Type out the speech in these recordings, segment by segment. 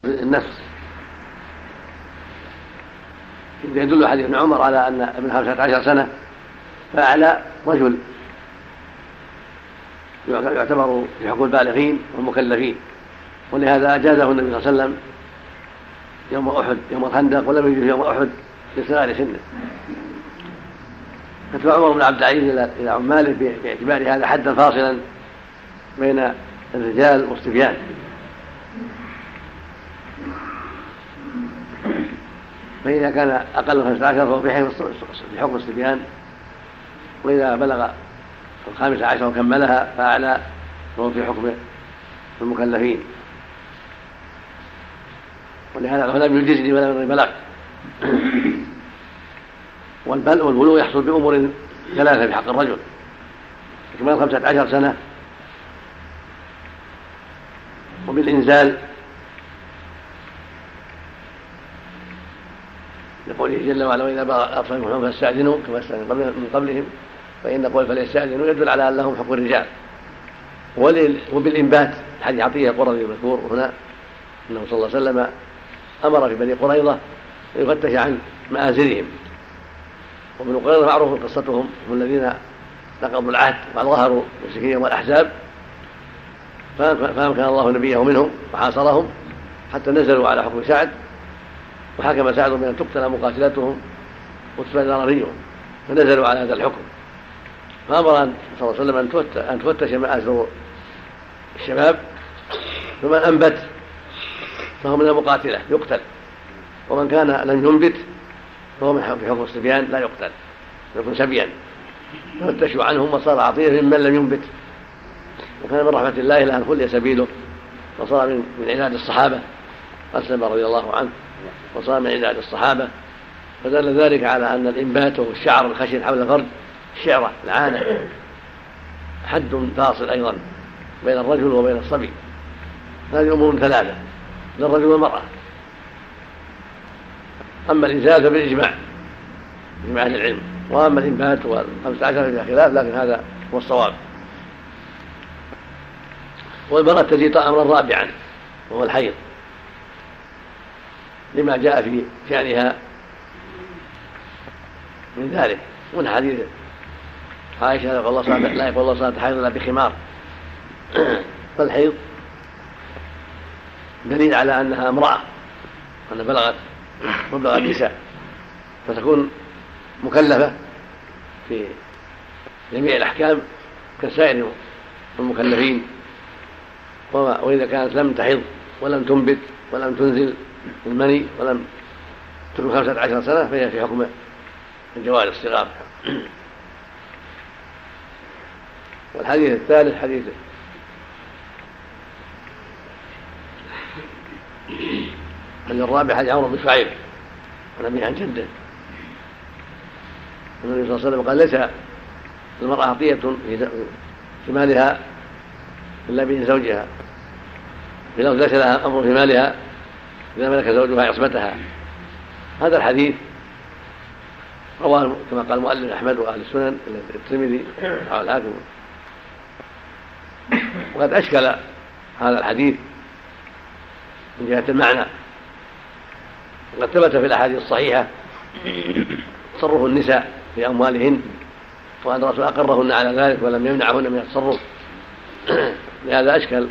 النفس. يدل حديث ابن عمر على أن ابن 15 سنة فأعلى رجل يعتبر في حكم البالغين والمكلفين، ولهذا أجازه النبي صلى الله عليه وسلم يوم أحد يوم الخندق، ولم يجوز يوم أحد لصغار سنه. كتب عمر بن عبد العزيز إلى عماله باعتبار هذا حدا فاصلا بين الرجال والصبيان. فإذا كان أقل من 15 فهو في حكم الصبيان، وإذا بلغ 15 وكملها فأعلى فهو في حكم المكلفين. ولهذا العلماء بالجزء ولا من البلاغ. والبلوغ يحصل بأمور ثلاثة في حق الرجل: إكمال 15 سنة، وبالإنزال لقوله جل وعلا: وإذا بلغ الأطفال منهم فاستأذنوا كما استأذنوا من قبلهم فإن قول فليستأذنوا يدل على أن لهم حكم الرجال. وبالإنبات حديث عطية قرظي المذكور هنا أنه صلى الله عليه وسلم أمر في بني قريظة يفتش عن مآزرهم. وبني قريظة معروف قصتهم، هم الذين نقضوا العهد وظهروا المشركين يوم الأحزاب، فأمكن الله نبيه منهم وحاصرهم حتى نزلوا على حكم سعد، وحكم سعد بأن تقتل مقاتلتهم وتفنى ذراريهم، فنزلوا على هذا الحكم. فأمر صلى الله عليه وسلم أن تفتش مآزر الشباب، فمن أنبت فهو من المقاتلة يقتل، ومن كان لم ينبت فهو في حكم الصبيان لا يقتل، يكون سبيا. ففتشوا عنهم وصار عطية ممن لم ينبت. وكان من رحمة الله لأن خلي سبيله وصار من عداد الصحابة، أسلم رضي الله عنه وصار من عداد الصحابة. فدل ذلك على أن الإنبات والشعر الخشن حول الفرج الشعرة العانة حد فاصل أيضا بين الرجل وبين الصبي. هذه أمور ثلاثة للرجل والمرأة. أما الإنزال فبالإجماع إجماع أهل العلم، وأما الإنبات وال15 فيها خلاف، لكن هذا هو الصواب. والمرأة تزيد أمرا رابعا وهو الحيض، لما جاء في شأنها من ذلك من حديث عائشة لا يقبل الله صلاة حيض إلا بخمار. فالحيض دليل على أنها امرأة، أن بلغت مبلغ النساء، فتكون مكلفة في جميع الأحكام كسائر المكلفين. وإذا كانت لم تحض ولم تنبت ولم تنزل المني ولم تكن 15 سنة فهي في حكم الجواري الصغار. والحديث الثالث حديث الرابع حديث عمرو بن شعيب عن أبيه عن جده النبي صلى الله عليه وسلم قال: ليس المرأة عطية في مالها إلا بإذن زوجها، ليس لها أمر في مالها إذا ملك زوجها عصمتها. هذا الحديث رواه كما قال المؤلف أحمد وأهل السنن الترمذي والحاكم. وقد أشكل هذا الحديث من جهة المعنى، وقد ثبت في الأحاديث الصحيحة تصرف النساء في أموالهن، وأن الرسول أقرهن على ذلك ولم يمنعهن من التصرف. لهذا أشكل.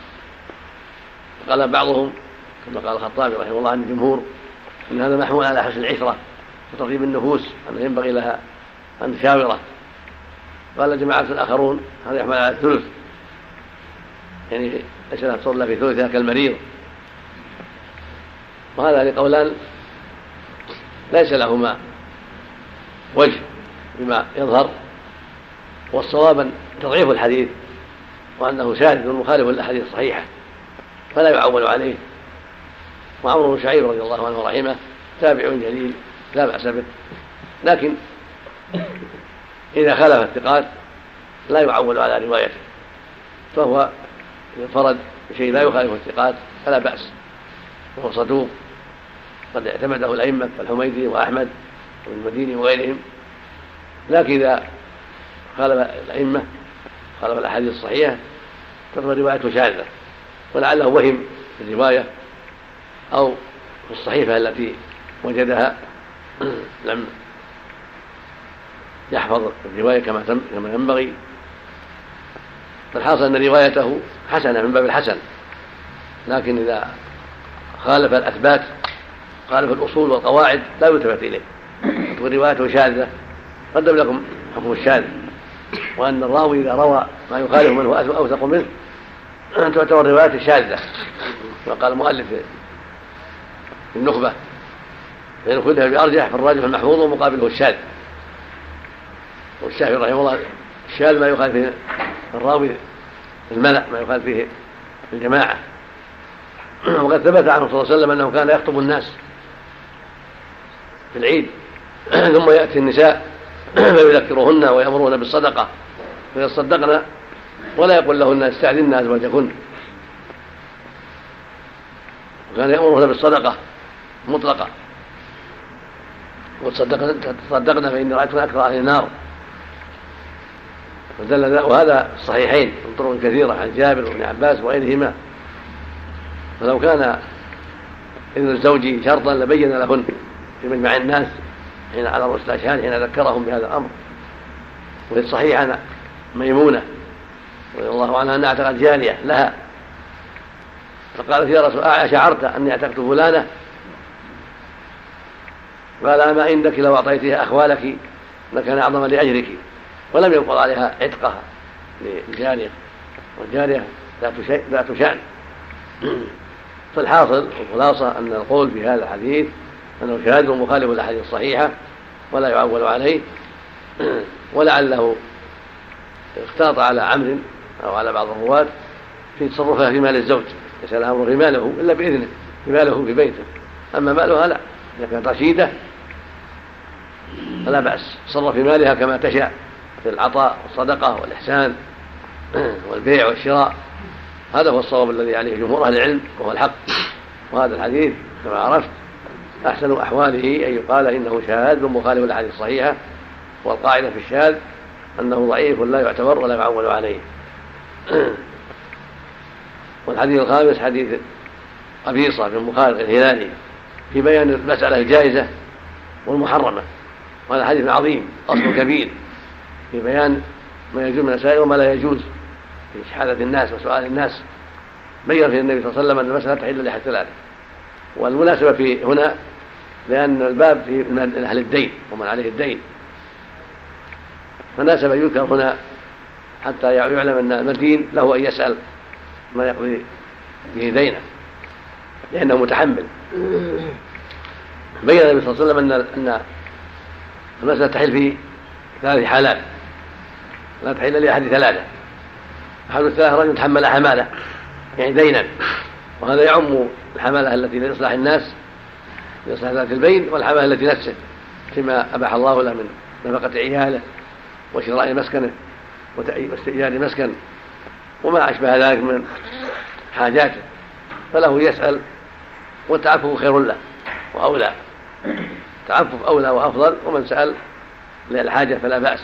قال بعضهم كما قال الخطابي رحمه الله عن الجمهور أن هذا محمول على حسن العشرة وتطيب النفوس، أن ينبغي لها أن تشاوره. قال جماعة آخرون هذا يحمل على الثلث، يعني ليس لها تصلى في ثلثها كالمريض. وهذا لقولان ليس لهما وجه بما يظهر، والصواب تضعيف الحديث وأنه شاذ مخالف للأحاديث الصحيحة فلا يعول عليه. وعمرو بن شعيب رضي الله عنه ورحمه تابع جليل لا بأس به، لكن إذا خالف الثقات لا يعول على روايته، فهو فرد بشيء لا يخالف الثقات فلا بأس، وهو صدوق قد اعتمده الأئمة كالحميدي وأحمد والمديني وغيرهم. لكن إذا خالف الأئمة خالف الأحاديث الصحيحة تعتبر روايته شاذة، ولعله وهم في الرواية أو في الصحيفة التي وجدها لم يحفظ الرواية كما ينبغي. فالحاصل أن روايته حسنة من باب الحسن، لكن إذا خالف الأثبات خالف الأصول والقواعد لا يلتفت إليه، تكون روايته شاذة. قدم لكم حكم الشاذ، وأن الراوي إذا روى ما يخالف من هو أوثق منه أن تعتبر روايته شاذة. وقال المؤلف في النخبة: فإن خذها بأرجح فالراجح المحفوظ ومقابله الشاذ. والشافعي رحمه الله: الشاذ ما يخالف فيه الراوي الملأ، ما يخالف فيه الجماعة. وقد ثبت عنه صلى الله عليه وسلم أنه كان يخطب الناس في العيد ثم يأتي النساء فيذكرهن ويأمرون بالصدقة فيصدقن، ولا يقول لهن استأذن أزواجكن، وكان يأمرهن بالصدقة مطلقة: وتصدقن فإني رأيتكن أكثر أهل النار. وهذا الصحيحين من طرق كثيرة عن جابر وابن عباس وغيرهما. فلو كان إذن الزوج شرطا لبين لهن في مجمع الناس حين على رؤوس الأشهاد حين ذكرهم بهذا الأمر. وفي الصحيح عن ميمونة رضي الله عنها أن اعتقت جارية لها، فقالت: يا رسول الله أشعرت أني اعتقت فلانة؟ قال: أما عندك لو أعطيتها أخوالك لكان أعظم لأجرك. ولم ينقض عليها عتقها للجارية، والجارية ذات شأن. فالحاصل والخلاصة أن القول في هذا الحديث أنه شاذ مخالف للأحاديث الصحيحة ولا يعول عليه، ولعله اختلط على عمرو أو على بعض الرواة في تصرفها في مال الزوج، ليس لها أمر في ماله إلا بإذنه، في ماله في بيته. أما مالها لا، إذا كانت رشيدة فلا بأس تصرف في مالها كما تشاء في العطاء والصدقة والإحسان والبيع والشراء. هذا هو الصواب الذي عليه جمهور أهل العلم وهو الحق. وهذا الحديث كما عرفت أحسن أحواله أن يقال إنه شاذ مخالف للأحاديث الصحيحة، والقاعدة في الشاذ أنه ضعيف لا يعتبر ولا يعول عليه. والحديث الخامس حديث قبيصة بن مخالف الهلالي في بيان المسألة الجائزة والمحرمة، وهذا حديث عظيم أصل كبير في بيان ما يجوز من المسائل وما لا يجوز في شحاذة الناس وسؤال الناس. بين في النبي صلى الله عليه وسلم أن المسألة تحل لأحد ثلاثة. والمناسبة في هنا لأن الباب في أهل الدين ومن عليه الدين، فناسب يذكر هنا حتى يعلم أن المدين له أن يسأل ما يقضي به دينه لأنه متحمل. بين النبي صلى الله عليه وسلم أن المسألة تحل في 3 حالات، لا تحل لأحد 3. أحد الثلاثة رجل تحمل حمالة يعني دينا، وهذا يعم الحمالة التي لإصلاح الناس لإصلاح ذات البين، والحمالة التي نفسه فيما أباح الله له من نفقة عياله وشراء مسكنه واستئجار مسكن وما أشبه ذلك من حاجاته، فله يسأل، والتعفف خير له وأولى. تعفف أولى وأفضل، ومن سأل للحاجة فلا بأس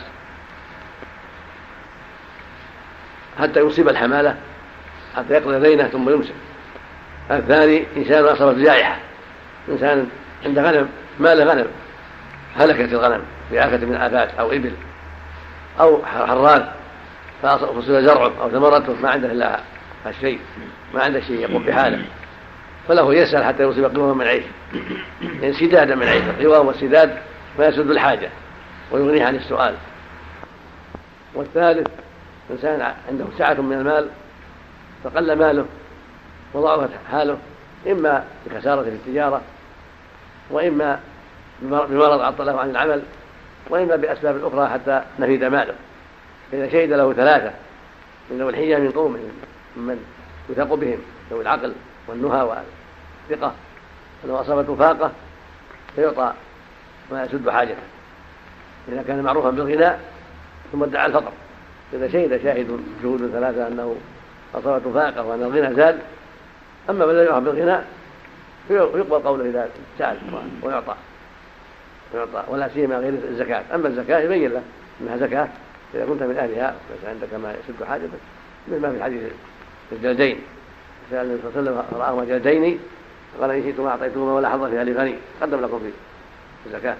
حتى يصيب الحمالة حتى يقضي دينه ثم يمسك. الثاني إنسان أصابته جائحة، إنسان عند غنم مال غنم هلكت الغنم بآفة من آفات أو إبل أو حراث فأصيب زرعه أو ثمرته ما عنده إلا الشيء، ما عنده شيء يقوم بحاله، فله يسأل حتى يصيب قوام من عيش، يعني سدادا من عيش. القوام والسداد ما يسد الحاجة ويغنيه عن السؤال. والثالث إنسان عنده سعة من المال فقل ماله وضعفت حاله، إما بخسارة في التجارة، وإما بمرض عطله عن العمل، وإما بأسباب أخرى حتى نفيد ماله. إذا شهد له 3 من ذوي الحجة من قومه من يثق بهم ذوي العقل والنهى والثقة، فلو أصابته فاقة فيعطى ما يسد حاجته إذا كان معروفا بالغناء ثم ادعى الفقر. إذا شهد شاهد شهود 3 أنه أصابته فاقة وأن الغنى زاد، أما من لا يعرف بالغناء فيقبل قوله إذا سأل ويعطى، ولا سيما غير الزكاة. أما الزكاة يبين له أنها زكاة إذا كنت من أهلها ليس عندك ما يسد حاجتك، مثل ما في الحديث الجلدين، سأل النبي صلى الله عليه وسلم رآهما جلدين قال إن شئتم أعطيتهما ولا حظ فيها لغني قدم لكم في الزكاة.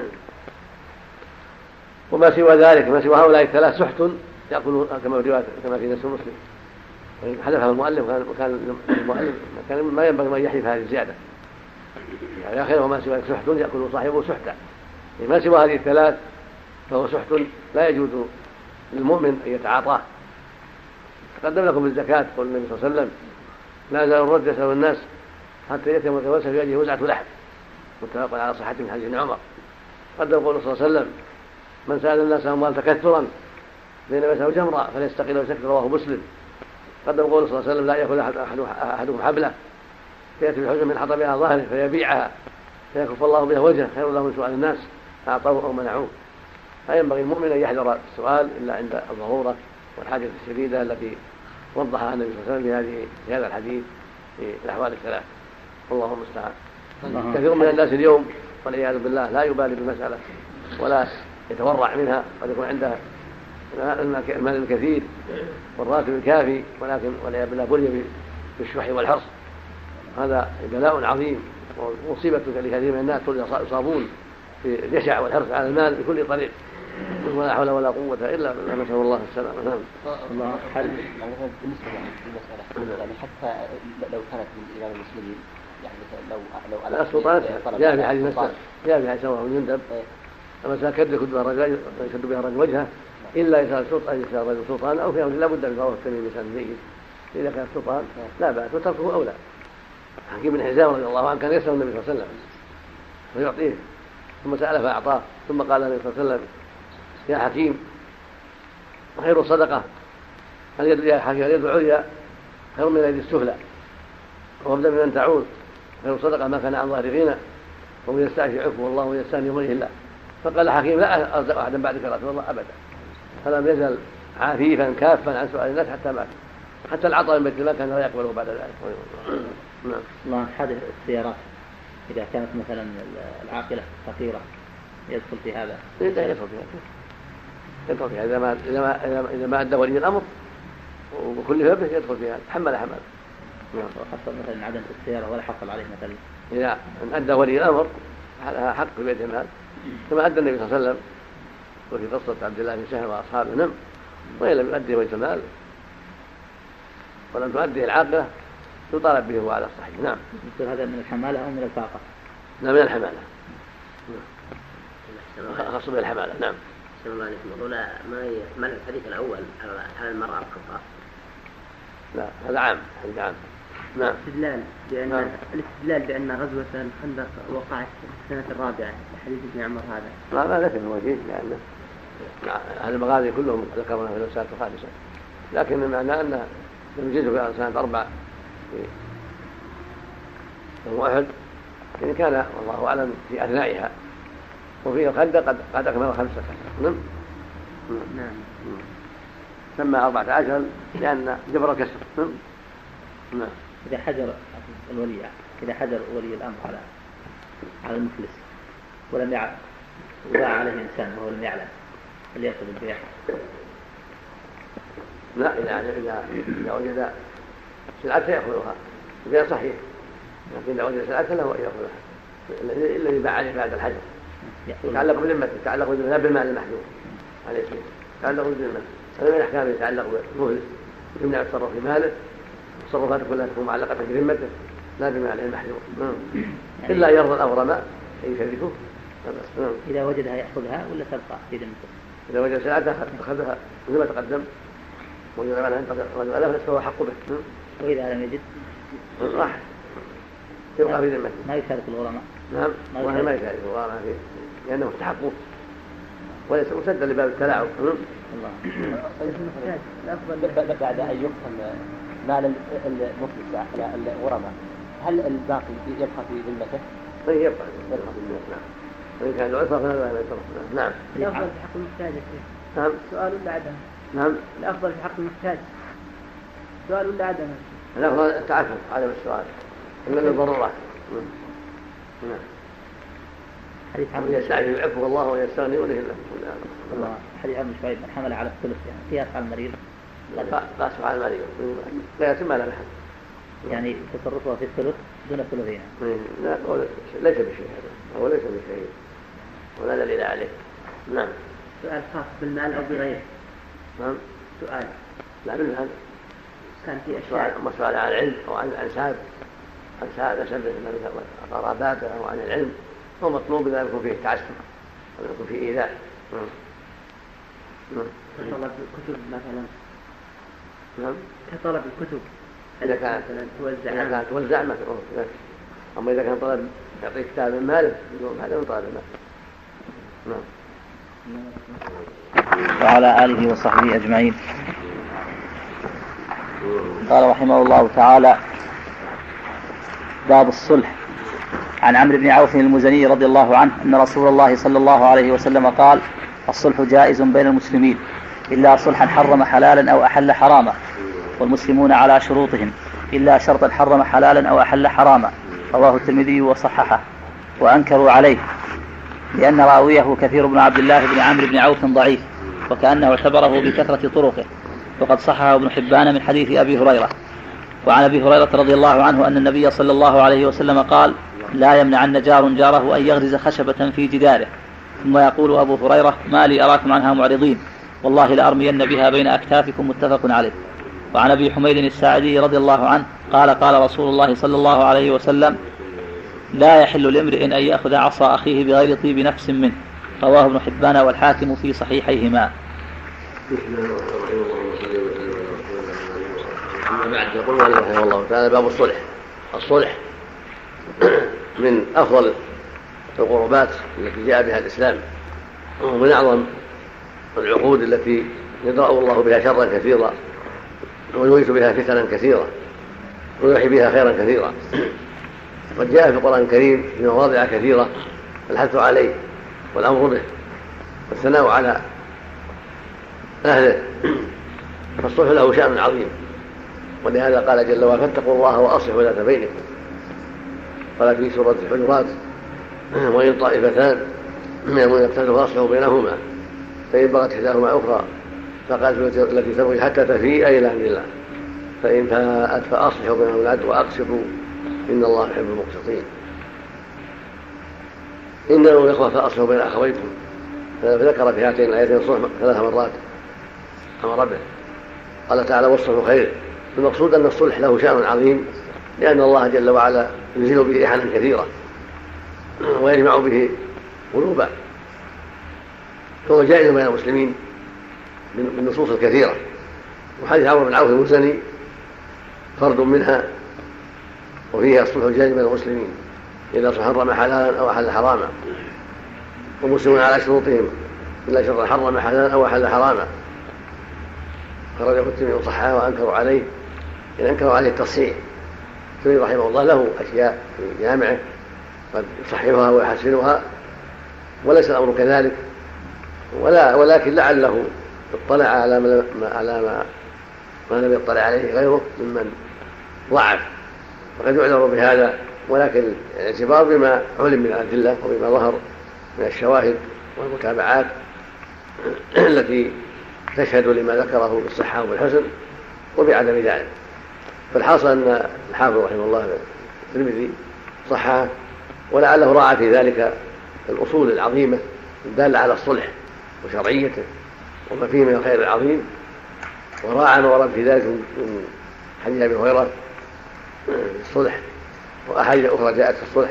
وما سوى ذلك ما سوى هؤلاء الثلاث سحت يأكلون كما في رواية كما في نص مسلم، حذفها المؤلف وكان المؤلف كان ما ينبغي أن يحذف هذه الزيادة يعني آخر وما سوى سحت يأكل صاحبه سحتا، ما سوى هذه الثلاث فهو سحت لا يجوز للمؤمن أن يتعاطاه. تقدم لكم بالزكاة قول النبي صلى الله عليه وسلم لا يزال الرجل يسأل الناس حتى يأتي ويتوسل في يده وزعة لحم، متفق على صحته من حديث ابن عمر. قدم قول صلى الله عليه وسلم من سأل الناس أموال تكثرا بينما يسأل جمرة فليستقل ويسكت، رواه مسلم. قدم قول صلى الله عليه وسلم لا يأخذ أحدكم حبله فيأتي بحجة من حطبها ظهره فيبيعها فيكف الله بها وجهه خير له من سؤال الناس أعطوه أو منعوه. فينبغي المؤمن أن يحذر السؤال إلا عند الضرورة والحاجة الشديدة التي وضحها النبي صلى الله عليه وسلم في هذا الحديث في الأحوال الثلاث. اللهم المستعان. كثير من الناس اليوم والعياذ بالله لا يبالي بالمسألة ولا يتورع منها، قد يكون عنده المال الكثير والراتب الكافي ولكن والعياذ بالله بلي بالشح والحرص. هذا بلاء عظيم ومصيبة لكثير من الناس يصابون في الجشع والحرص على المال بكل طريق ولا حول ولا قوة إلا بالله، نسأل الله السلامة. نعم. الله حل. بالنسبة للمسألة يعني حتى لو كانت من إمام المسلمين يعني لو السلطان جاء في حديث مسألة جاء في حديث سواء يندب أما كد يشد بها الرجل وجهه إلا إذا كان الرجل سلطان أو في أمر لا بد من فواه التمييز بلسان جيد. إذا كان السلطان لا بأس وتركه أولى. حكيم بن حزام رضي الله عنه كان يسأل النبي صلى الله عليه وسلم ويعطيه ثم سأله فأعطاه ثم قال النبي صلى الله عليه وسلم يا حكيم خير الصدقة اليد العليا خير من اليد السفلى وابدأ بمن تعود خير الصدقة ما كان عن ظهر غنى وهو يستعفي عفو الله ويستغني بوجه الله. فقال حكيم لا أرزق أحدا بعدك يا رسول الله أبدا، فلم يزل عفيفا كافا عن سؤال الناس حتى مات، حتى العطاء من بيت الله كان لا يقبله بعد ذلك. نعم. الله حادث السيارات إذا كانت مثلا العاقلة فقيرة يدخل في هذا؟ يدخل في هذا إذا ما أدى ولي الأمر وكل فبه يدخل في هذا حمل. وحصل مثلا عدم السيارة ولا حصل عليه مثلا إذا أدى ولي الأمر على حق في بيت المال كما أدى النبي صلى الله عليه وسلم وفي قصة عبد الله بن سهل وأصحابه نم، وإن لم يؤدي بيت المال ولم تؤديه العاقلة يطالب به على الصحيح. نعم. مثل هذا من الحمالة أو من الفاقة؟ لا من الحمالة، خاص بالحمالة. نعم. أحسن الله عليكم. لولا ما الحديث الأول على المرأة الخطأ؟ لا هذا عام. هذا عام. نعم. الاستدلال بأن غزوة الخندق وقعت في السنة الرابعة حديث ابن عمر هذا ما ذكر وجيه لأن أهل المغازي كلهم ذكرنا في السنة الخامسة، لكن المعنى أنه لم يجده في سنة 4 في يوم أحد إن كان والله أعلم في أثنائها، وفي الخندق قد أكمل 5 سنين. نعم. سمى 14 لأن جبر الكسر. نعم. إذا حجر ولي الأمر على المفلس ولم يعلم وضاع عليه إنسان وهو لم يعلم هل يأخذ البيع؟ لا إذا وجد سلعته يأخذها إذا صحيح، لكن إذا وجد سلعته له أن يأخذها إلا إذا باع عليه بعد الحجر يتعلق بذمته، يتعلق لا بالمال المحجور عليه الشيء، يتعلق بذمته. هذا من الأحكام يتعلق بالمهلك يمنع التصرف في ماله، التصرفات كلها تكون معلقة بذمته لا بمال المحجور. إلا يرضى الأغرم أن يشركوه. إذا وجدها يأخذها ولا تبقى في ذمته؟ إذا وجد سلعته أخذها مثل ما تقدم وجد غنى رجل ألف فهو حق به. وإذا لم يجد راح يبقى في ذمته. ما يشارك الغرماء. نعم. ما يشارك الغرماء فيه لأنه مستحقه وليس مسدا لباب التلاعب. الله. الأفضل بعد أن يقسم مال المفلس على الغرماء هل الباقي يبقى في ذمته؟ يبقى في ذمته. نعم. وإن كان العسرة فهذا لا يصرف. نعم. الأفضل في حق المحتاج. نعم. سؤال ولا عدم؟ نعم. الأفضل في حق المحتاج سؤال ولا عدم؟ الأفضل التعفف عدم السؤال إلا للضرورة. نعم. حديث عمرو يستعجل العفو الله ويستغني وله الله. حديث عمرو شعيب من حمل على الثلث يعني قياس على المريض. قاس على المريض لا يتم على محل يعني تصرفها في الثلث دون ثلثين. لا ليس بشيء هذا، هو ليس بشيء ولا دليل عليه. نعم. سؤال خاص بالمال أو بغيره. نعم. سؤال. لا بالمال. كان في أشياء. مسؤال عن العلم أو عن الأنساب، أنساب قراباته أو عن العلم، هو مطلوب إذا يكون فيه تعسف ولا يكون فيه إيذاء. كطلب الكتب مثلا. نعم. كطلب الكتب. إذا كانت توزع ما تقول. أما إذا كان طلب يعطي كتاب من ماله يقول هذا من طلب المال. نعم. وعلى آله وصحبه أجمعين. قال رحمه الله تعالى: باب الصلح. عن عمرو بن عوف المزني رضي الله عنه أن رسول الله صلى الله عليه وسلم قال: الصلح جائز بين المسلمين إلا صلحا حرم حلالا أو أحل حراما، والمسلمون على شروطهم إلا شرطا حرم حلالا أو أحل حراما. رواه الترمذي وصححه، وأنكروا عليه لأن راويه كثير بن عبد الله بن عمرو بن عوف ضعيف، وكأنه اعتبره بكثرة طرقه، وقد صححه ابن حبان من حديث أبي هريرة. وعن أبي هريرة رضي الله عنه أن النبي صلى الله عليه وسلم قال: لا يمنعن جار جاره أن يغرز خشبة في جداره. ثم يقول أبو هريرة: ما لي أراكم عنها معرضين، والله لأرمين بها بين أكتافكم. متفق عليه. وعن أبي حميد الساعدي رضي الله عنه قال: قال رسول الله صلى الله عليه وسلم: لا يحل لامرئ أن يأخذ عصا أخيه بغير طيب نفس منه. رواه ابن حبان والحاكم في صحيحيهما. بعد يقول رحمه الله تعالى: باب الصلح. الصلح من أفضل القربات التي جاء بها الإسلام، ومن أعظم العقود التي يدرأ الله بها شرا كثيرا ويميت بها فتنا كثيرة ويحيي بها خيرا كثيرا. قد جاء في القرآن الكريم في مواضع كثيرة الحث عليه والأمر به والثناء على أهله، فالصلح له شأن عظيم. ولهذا قال جل وعلا: فاتقوا الله وأصلحوا ذات بينكم. قال في سورة الحجرات: وإن طائفتان من المؤمنين اقتتلوا فأصلحوا بينهما فإن بغت إحداهما أخرى فقاتلوا التي تبغي حتى تفيء إلى أمر الله فإن فاءت فأصلحوا بينهما بالعدل وأقسطوا إن الله يحب المقسطين. إنه يخوى فأصلحوا بين أخويكم. فذكر في هاتين الآيتين الصلح 3 مرات أمر به. قال تعالى: والصلح خير. المقصود أن الصلح له شأن عظيم، لأن الله جل وعلا ينزل به ريحانا كثيرة ويجمع به قلوبا، فهو جائز بين المسلمين بالنصوص الكثيرة. وحديث عمرو بن عوف المزني فرد منها، وفيها الصلح جائز بين المسلمين إذا حرم حلالا أو أحل حراما، والمسلمون على شروطهم إلا شرطا حرم حلالا أو أحل حراما. خرجه الترمذي وصححه وأنكروا عليه، إن أنكروا عليه التصحيح. الترمذي رحمه الله له أشياء في جامعه قد يصححها ويحسنها، وليس الأمر كذلك، ولكن لعله اطلع على ما لم يطلع عليه غيره ممن ضعف، وقد يعذر بهذا. ولكن الاعتبار بما علم من الأدلة وبما ظهر من الشواهد والمتابعات التي تشهد لما ذكره بالصحة وبالحسن وبعدم ذلك. فالحاصل أن الحافظ رحمه الله الترمذي صححه، ولعله راعى في ذلك الأصول العظيمة الدالة على الصلح وشرعيته وما فيه من الخير العظيم، وراعى ما ورد في ذلك من حديث أبي هريرة الصلح وأحاديث أخرى جاءت في الصلح،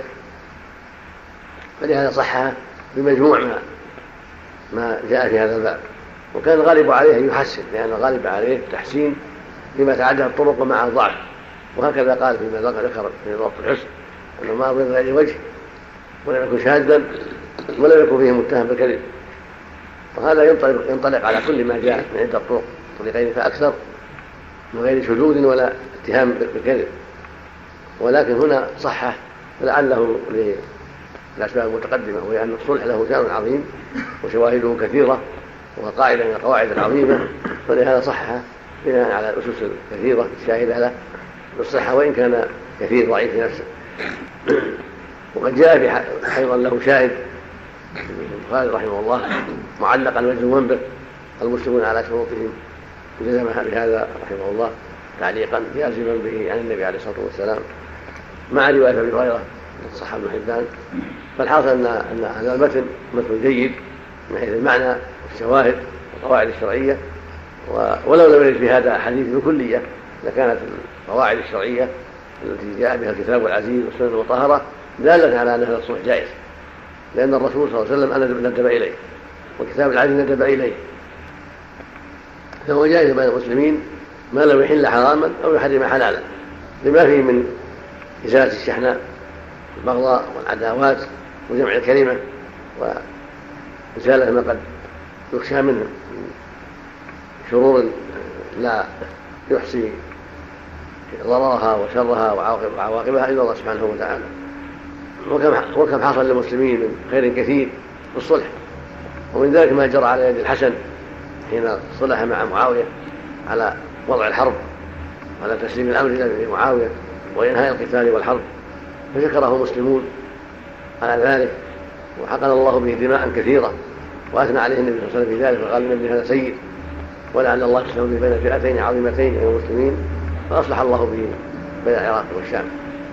فلهذا صححه بمجموع ما جاء في هذا الباب. وكان الغالب عليه أن يحسن، لأن الغالب عليه التحسين فيما تعدد الطرق مع الضعف. وهكذا قال فيما ذكر في ضبط الحسن أنه ما أبغض غير وجه ولم يكن شاذا ولم يكن فيه متهم بالكذب. وهذا ينطلق على كل ما جاء من عدة طرق، طريقين فأكثر، من غير شذوذ ولا اتهام بالكذب. ولكن هنا صحح فلعله للأسباب المتقدمة، وهي أن الصلح له شأن عظيم وشواهده كثيرة وقاعدة من القواعد العظيمة، فلهذا صحح بناء على الأسس الكثيرة الشاهدة له بالصحة، وإن كان كثير ضعيف في نفسه. وقد جاء أيضا له شاهد البخاري رحمه الله معلقا مجزوما به: المسلمون على شروطهم، جزم بهذا رحمه الله تعليقا جازما به عن النبي عليه الصلاة والسلام مع رواية أبي هريرة صححه ابن حبان. فالحاصل أن هذا المتن مثل جيد من حيث المعنى والشواهد والقواعد الشرعية، ولو لم يرد في هذا حديث بكلية لكانت القواعد الشرعية التي جاء بها الكتاب العزيز والسنن المطهرة دالة على أن هذا الصلح جائز، لأن الرسول صلى الله عليه وسلم ندب إليه والكتاب العزيز ندب إليه، فهو جائز بين المسلمين ما لم يحل حراما أو يحرم حلالا، لما فيه من إزالة الشحناء والبغضاء والعداوات وجمع الكلمة وإزالة ما قد يخشى منه شرور لا يحصي ضررها وشرها وعواقبها إلا الله سبحانه وتعالى. وكم حصل للمسلمين من خير كثير في الصلح، ومن ذلك ما جرى على يد الحسن حين صلح مع معاوية على وضع الحرب على تسليم الأمر إلى معاوية وإنهاء القتال والحرب، فشكره مسلمون على ذلك وحقن الله به دماء كثيرة وأثنى عليه النبي صلى الله عليه وسلم في ذلك وقال النبي هذا سيد ولعل الله يسلم بين فئتين عظيمتين من المسلمين، فأصلح الله به بين العراق والشام.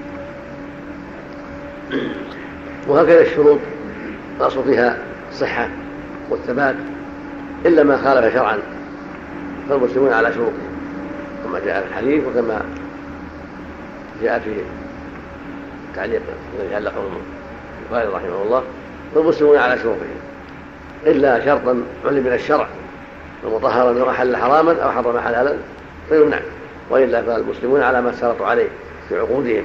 وهكذا الشروط الأصل فيها الصحة والثبات إلا ما خالف شرعا فالمسلمون على شروطهم كما جاء في الحديث وكما جاء في تعليق الذي علقه البخاري رحمه الله، فالمسلمون على شروطهم إلا شرطا علم من الشرع ومطهرا أنه أحل حراما أو حرم حلالا فيمنع، وإلا فالمسلمون على ما اشترطوا عليه في عقودهم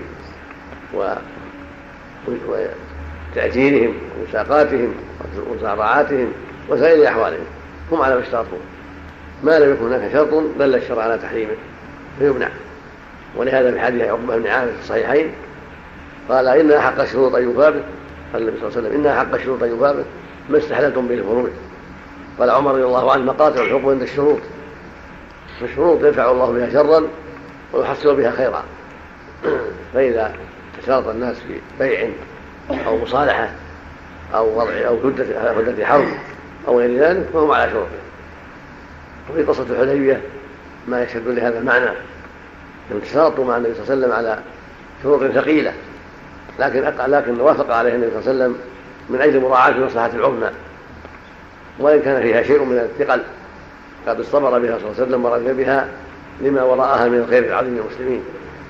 وتأجيرهم ومساقاتهم ومزارعاتهم وسائر أحوالهم هم على ما اشترطوا، ما لم يكن هناك شرط دل الشرع على تحريمه فيمنع. ولهذا في حديث عقبة بن عامر في الصحيحين قال إن أحق الشروط أن يوفى به، قال النبي صلى الله عليه وسلم إن أحق الشروط أن يوفى به ما استحللتم به الفروج. قال عمر رضي الله عنه مقاطع الحكم عند الشروط، فالشروط يدفع الله بها شرا ويحصل بها خيرا، فإذا تشارط الناس في بيع أو مصالحة أو وضع أو هدة حرب أو غير ذلك فهم على شروط. وفي قصة الحديبية ما يشهد لهذا المعنى، لم تشارطوا مع النبي صلى الله عليه وسلم على شروط ثقيلة لكن وافق عليه النبي صلى الله عليه وسلم من أجل مراعاة مصلحة العظمى، وإن كان فيها شيء من الثقل قد استمر بها صلى الله عليه وسلم ورد بها لما وراءها من الخير العظيم للمسلمين،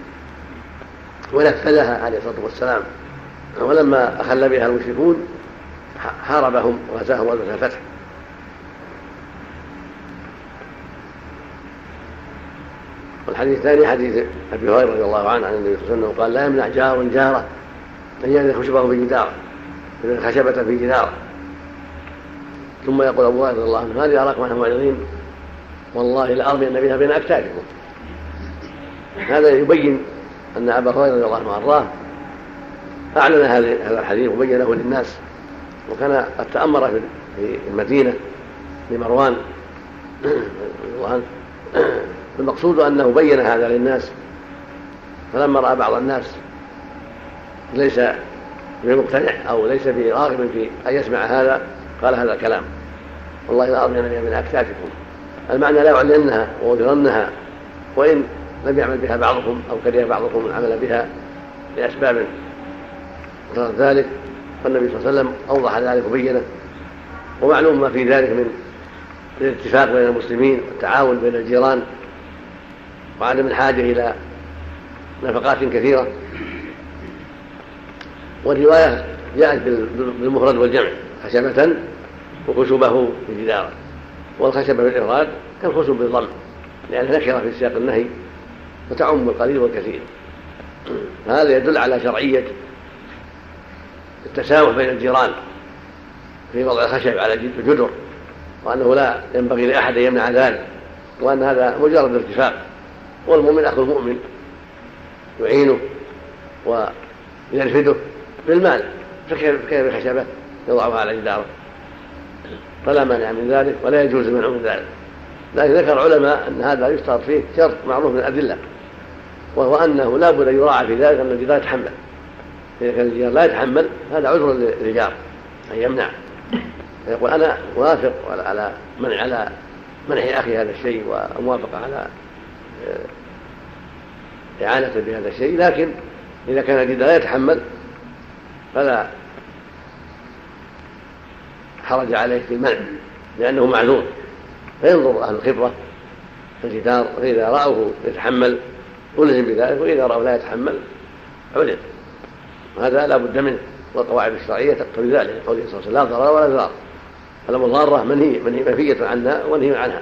ونفذها عليه الصلاة والسلام. ولما أخل بها المشركون حاربهم وغزاهم غزوة الفتح. والحديث الثاني حديث أبي هريرة رضي الله عنه عن النبي صلى الله عليه وسلم قال لا يمنع جار جاره أن يجد خشبه في جداره، خشبة في جداره. ثم يقول أبو هريرة رضي الله عنه هذه أراكم عنها معرضين والله لأرمين بها بين أكتافكم. هذا يبين أن أبا هريرة رضي الله عنه وأرضاه أعلن هذا الحديث وبينه للناس، وكان قد تأمر في المدينة لمروان رضي الله عنه، المقصود أنه بين هذا للناس، فلما رأى بعض الناس ليس بمقتنع أو ليس براغب في أن يسمع هذا قال هذا الكلام والله لا أرجع من أكتافكم، المعنى لا يعلنها ويظنها وإن لم يعمل بها بعضكم أو كره بعضكم العمل بها لأسباب غير ذلك، فالنبي صلى الله عليه وسلم أوضح ذلك وبينه. ومعلوم ما في ذلك من الاتفاق بين المسلمين والتعاون بين الجيران وعدم الحاجة إلى نفقات كثيرة. والرواية جاءت بالمفرد والجمع خشبة وخشبه في جداره، والخشبة بالإفراد كالخشب بالضم لأن نكرة في سياق النهي وتعم القليل والكثير. هذا يدل على شرعية التسامح بين الجيران في وضع الخشب على الجدر، وأنه لا ينبغي لأحد يمنع ذلك، وأن هذا مجرد ارتفاق، والمؤمن أخو المؤمن يعينه ويرفده بالمال، فكيف الخشبة يضعها على جداره؟ فلا مانع من ذلك ولا يجوز المنع من ذلك. لكن ذكر علماء أن هذا يشترط فيه شرط معروف من الأدلة، وهو أنه لا بد أن يراعى في ذلك أن الجدار يتحمل. إذا كان الجدار لا يتحمل هذا عذر للجار أن يمنع، فيقول أنا موافق على منع أخي هذا الشيء وموافق على إعانة بهذا الشيء، لكن إذا كان الجدار لا يتحمل فلا حرج عليه في المنع لأنه معذور، فينظر أهل الخبرة في الجدار، فإذا رأوه يتحمل ألزم بذلك، وإذا رأوا لا يتحمل علم. وهذا لا بد منه، والقواعد الشرعية تقتضي ذلك، قوله صلى الله عليه وسلم لا ضرر ولا ضرار، فالمضارة منفية عنها ونهي عنها.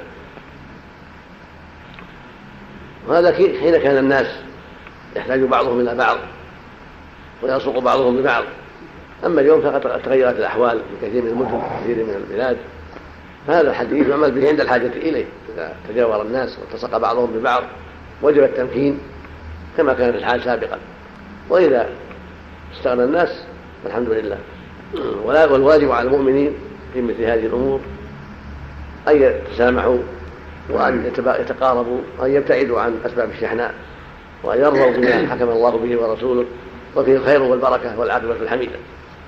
وهذا حين كان الناس يحتاج بعضهم إلى بعض ويلصق بعضهم ببعض. أما اليوم فقد تغيرت الأحوال في كثير من المدن وكثير من البلاد، فهذا الحديث يعمل به عند الحاجة إليه، إذا تجاور الناس والتصق بعضهم ببعض وجب التمكين كما كان الحال سابقا، وإذا استغنى الناس فالحمد لله. والواجب على المؤمنين في مثل هذه الأمور أن يتسامحوا وأن يتقاربوا وأن يبتعدوا عن أسباب الشحناء، وأن يرضوا بما حكم الله به ورسوله، وفيه الخير والبركة والعاقبة الحميدة.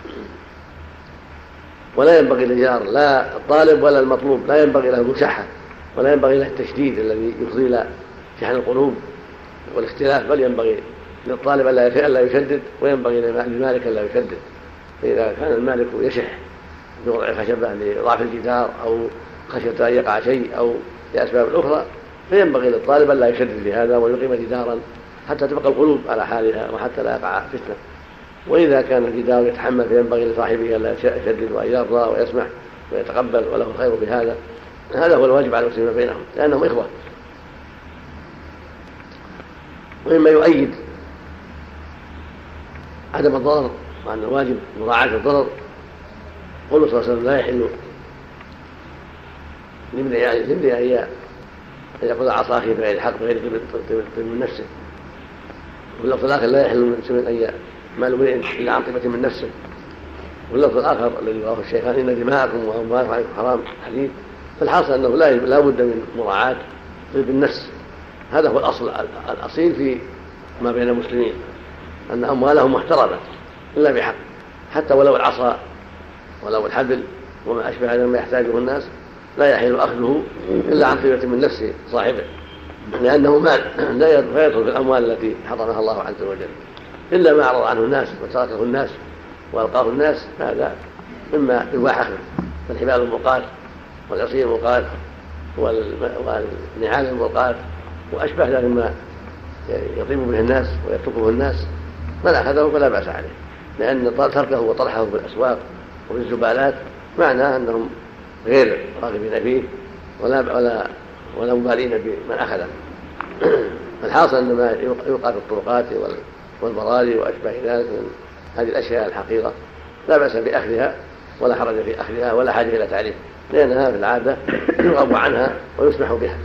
ولا ينبغي للجار لا الطالب ولا المطلوب لا ينبغي له المشحة، ولا ينبغي له التشديد الذي يفضي إلى شحن القلوب والاختلاف، بل ينبغي للطالب ألا يشدد، وينبغي للمالك ألا يشدد. فإذا كان المالك يشح بوضع خشبة لضعف الجدار أو خشية أن يقع شيء أو لأسباب أخرى، فينبغي للطالب ألا يشدد في هذا ويقيم جدارا حتى تبقى القلوب على حالها وحتى لا يقع فتنة. وإذا كان الجدار يتحمل فينبغي لصاحبه ألا يشدد وأن يرضى ويسمح ويتقبل، وله الخير بهذا. هذا هو الواجب على المسلمين بينهم لأنهم إخوة. ومما يؤيد عدم الضرر وأن الواجب مراعاة الضرر قوله صلى الله عليه وسلم لا يحل لامرئ أن يأخذ عصا أخيه بغير حق بغير طيب من نفسه. واللفظ الآخر لا يحل للمسلمين أن مال امرئ إلا عن طيبة من نفسه. واللفظ الآخر الذي رواه الشيخان إن دماءكم وأموالكم عليكم حرام حديث. فالحاصل أنه لا بد من مراعاة طيب النفس، هذا هو الأصل الأصيل في ما بين المسلمين، أن أموالهم محترمة إلا بحق، حتى ولو العصا ولو الحبل وما أشبه هذا ما يحتاجه الناس لا يحل أخذه إلا عن طيبة من نفس صاحبه، لأنه مال لا يدخل في الأموال التي حرمها الله عز وجل، إلا ما أعرض عنه الناس وتركه الناس وألقاه الناس، هذا مما يباح أخذه. فالحبال الملقاة والعصي الملقاة والنعال الملقاة وأشبه ذلك مما يطيب به الناس ويتركه الناس من أخذه فلا بأس عليه، لأن تركه وطرحه في الأسواق وفي الزبالات معناه أنهم غير راغبين فيه ولا مبالين بمن أخذه. الحاصل أن ما يوقع في الطرقات والبراري وأشبه ذلك من هذه الأشياء الحقيرة لا بأس بأخذها ولا حرج في أخذها ولا حاجة إلى تعريف، لأنها في العادة يرغب عنها ويسمح بها.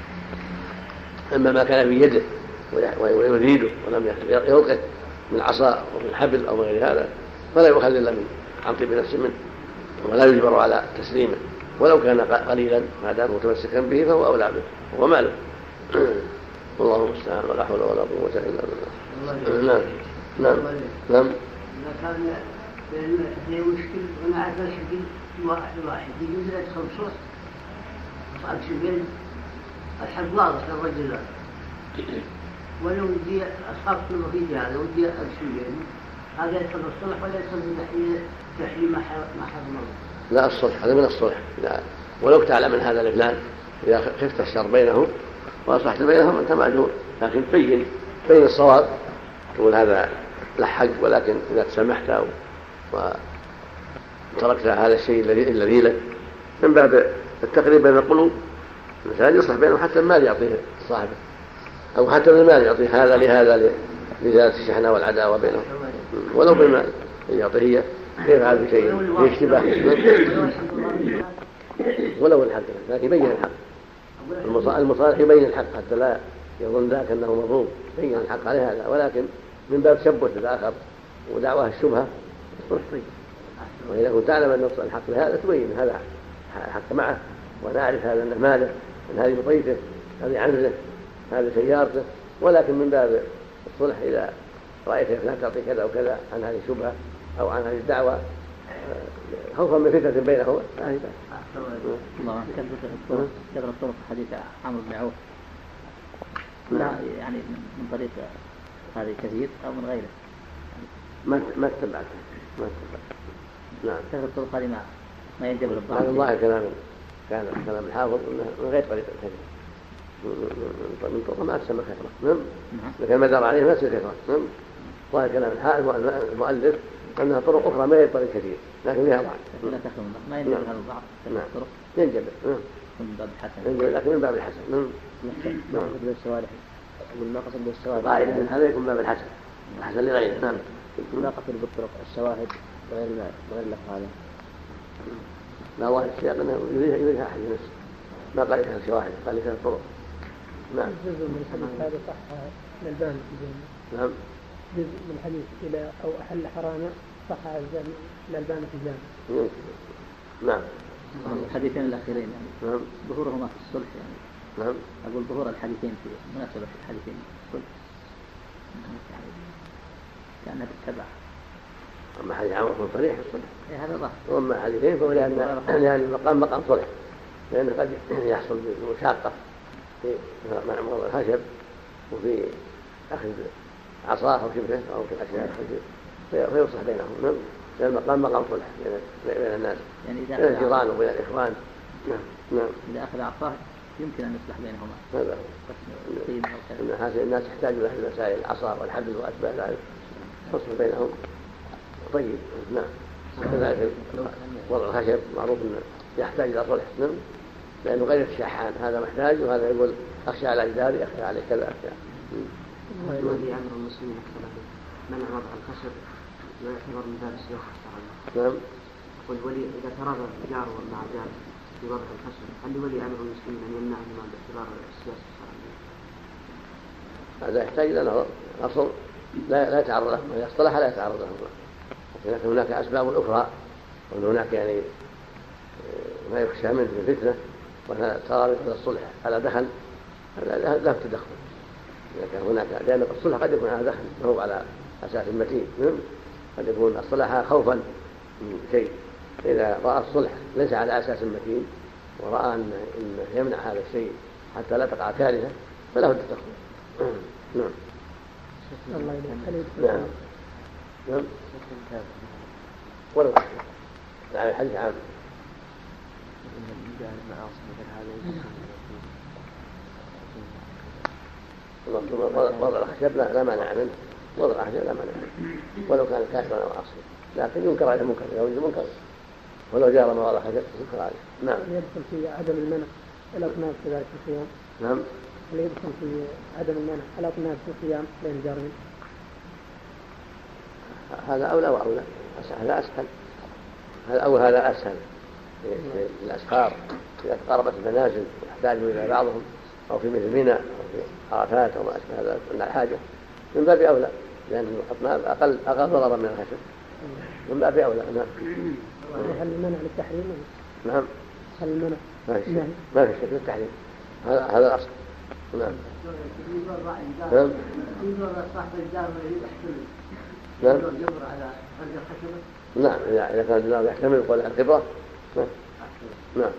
أما ما كان في يده ويريده ولم يلقه من عصا أو من حبل أو غير هذا فلا يؤخذ إلا عن طيب نفس منه، ولا يجبر على تسليمه، ولو كان قليلا ما دام متمسكا به فهو أولى به وهو ماله. والله المستعان ولا حول ولا قوة إلا بالله. نعم. إذا كان في مشكل وأنا عارف الحديث واحد يجوز له يدخل صوت فأكشف بين الحد واضح للرجل ولو ودي أصحاب كل في هذا ودي أكشف بينه هذا يدخل الصلح ولا يدخل من تحريم ما حرم الله؟ لا، الصلح هذا من الصلح. ولو تعلم من هذا لفلان إذا خفت الشر بينهم وأصلحت بينهم أنت مأجور، لكن بين الصواب تقول هذا لا حق، ولكن إذا تسامحت وتركت هذا الشيء الذي لك من باب التقريب بين القلوب، الإنسان يصلح بينهم حتى المال يعطيه صاحبه أو حتى المال يعطيه هذا لهذا لزيادة الشحنة والعداوة بينهم، ولو بالمال يعطيه غير هذا بشيء فيه اشتباه ولو الحق، لكن يبين الحق. المصالح يبين الحق حتى لا يظن ذاك أنه مظلوم، يبين الحق على هذا، ولكن من باب تشبه الآخر ودعواه الشبهة يصلح طيب. وإذا كنت تعلم أن الحق لهذا تبين هذا حق معه، وأنا أعرف هذا أنه ماله، أن هذه بطيته، هذه عنزه، هذه سيارته، ولكن من باب الصلح إذا رأيت فلان تعطي كذا وكذا عن هذه الشبهة أو عن هذه الدعوة خوفا من فتنة بينهما لا هي الله كثرة الطرق حديث عمرو بن عوف لا يعني من طريق هذه كثير أو من غيره ما اتبعت نعم كثرة الطرق هذه ما ينجبر الضعف. هذا الله كان كلام الحافظ من غير طريق الكثير من طرق ما تسمى كثرة لكن ما دار عليه ما تصير كثرة ظاهر كلام الحافظ المؤلف أنها طرق أخرى ما هي طريق كثير لكن فيها ضعف لا تخلو ما ينجبر هذا الضعف الطرق ينجبر من باب الحسن لكن من باب الحسن ما قصد بالسوارح ما قصد بالسوارح هذا يكون باب الحسن الحسن لغيره نعم ما قصد بالطرق الشواهد غير لك هذا لا الله الشيخ أنه يريدها أحد نفسه ما قال لك الشواهد قال لك الطرق نعم جزء من الحديث هذا صح الألباني نعم جزء من الحديث إلى أو أحل حراما صح الألباني في الجامع نعم الحديثين الأخيرين يعني نعم ظهورهما في الصلح يعني نعم أقول ظهور الحديثين في مناسبة الحديثين في الصلح يعني كأنها تتبع أما حديث عمر بن صريح في الصلح هذا ظهر وأما حديثين فهو لأن المقام مقام صلح لأنه قد يحصل بمشاقة في منع مرض الخشب وفي أخذ عصاه أو شبهه أو في الأشياء فيصلح بينهم لأن المقام مقام صلح بين الناس يعني بين الجيران وبين الإخوان نعم إذا أخذ عصاه يمكن أن يصلح بينهما هذا إن هذه الناس يحتاج إلى هذه المسائل العصا والحبل وأشباه ذلك فصل بينهم طيب نعم كذلك وضع الخشب معروف أنه يحتاج إلى صلح لأنه غير الشاحان هذا محتاج وهذا يقول أخشى على جداري أخشى على كذا أخشى الذي أمر المسلمين منع وضع الخشب لا يعتبر من باب السياحة الشرعية. نعم. والولي إذا تراضى الجار مع جار في وضع الخشب هل لولي أمر المسلمين أن يمنعهما باعتبار السياسة الشرعية؟ هذا يحتاج إلى نظر أصل لا يتعرض لهم إذا اصطلح لا يتعرض لهم لكن هناك أسباب أخرى وأن هناك يعني ما يخشى منه في الفتنة وأن ترى مثل الصلح على دخل لا تدخل لكن هناك لأن الصلح قد يكون على دخل ما هو على أساس متين قد يكون الصلح خوفا من شيء إذا رأى الصلح ليس على أساس متين ورأى أن يمنع هذا الشيء حتى لا تقع كارثة فله التدخل نعم الله يبارك نعم نعم ولو يعني الحديث عام وضع الخشب لا مانع منه وضع الخشب لا مانع منه ولو كان كافرا او عاصيا لكن ينكر عليه المنكر لو يوجد منكر ولو جار ما وضع الخشب ينكر عليه نعم يدخل في عدم المنع الاطناب كذلك في الصيام نعم هل يدخل في عدم المنع الاطناب في الصيام بين الجارين هذا أولى وأولى هذا أسهل هذا أول هذا أسهل في الأسفار إذا تقاربت المنازل يحتاجوا إلى بعضهم أو في مثل منى أو في عرفات أو ما أشبه هذا من الحاجة من باب أولى لأن الأطناب أقل ضررا من الخشب من باب أولى نعم. هل المنع للتحريم؟ نعم. هل المنع؟ ما في شك للتحريم هذا الأصل نعم. نعم. صاحب الدار يريد يحتمل نعم. يجبر على فرد الخشبة. نعم إذا كان الدار يحتمل يقول عن خبرة نعم.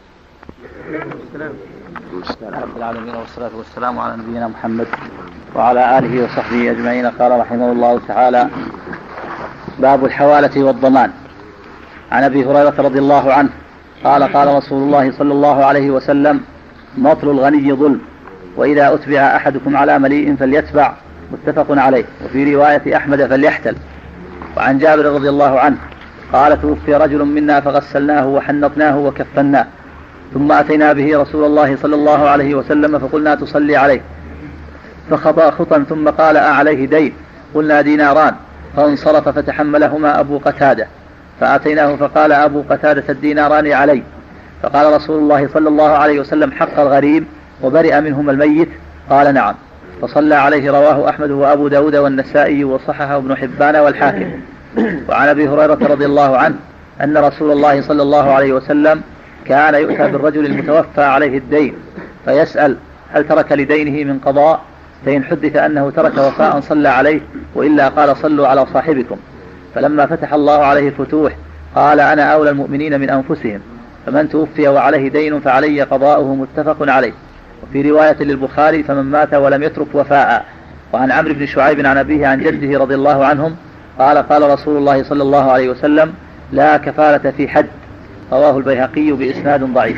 رب العالمين والصلاة والسلام على نبينا محمد وعلى آله وصحبه أجمعين. قال رحمه الله تعالى: باب الحوالة والضمان. عن أبي هريرة رضي الله عنه قال: قال رسول الله صلى الله عليه وسلم: مطل الغني ظلم، وإذا أتبع أحدكم على مليء فليتبع، متفق عليه. وفي رواية أحمد: فليحتل. وعن جابر رضي الله عنه قال: توفي رجل منا فغسلناه وحنطناه وكفناه، ثم أتينا به رسول الله صلى الله عليه وسلم فقلنا: تصلي عليه، فخطأ خطا ثم قال: أعليه دين؟ قلنا: ديناران. فانصرف فتحملهما أبو قتادة، فأتيناه فقال أبو قتادة: الديناران علي. فقال رسول الله صلى الله عليه وسلم: حق الغريب وبرئ منهما الميت؟ قال: نعم. فصلى عليه. رواه أحمد وأبو داود والنسائي وصححه ابن حبان والحاكم. وعن أبي هريرة رضي الله عنه أن رسول الله صلى الله عليه وسلم كان يؤتى بالرجل المتوفى عليه الدين فيسأل: هل ترك لدينه من قضاء؟ فإن حدث أنه ترك وفاء صلى عليه، وإلا قال: صلوا على صاحبكم. فلما فتح الله عليه الفتوح قال: أنا أولى المؤمنين من أنفسهم، فمن توفي وعليه دين فعلي قضاؤه، متفق عليه. وفي رواية للبخاري فمن مات ولم يترك وفاء. وعن عمرو بن شعيب عن أبيه عن جده رضي الله عنهم قال قال رسول الله صلى الله عليه وسلم لا كفالة في حد. رواه البيهقي بإسناد ضعيف.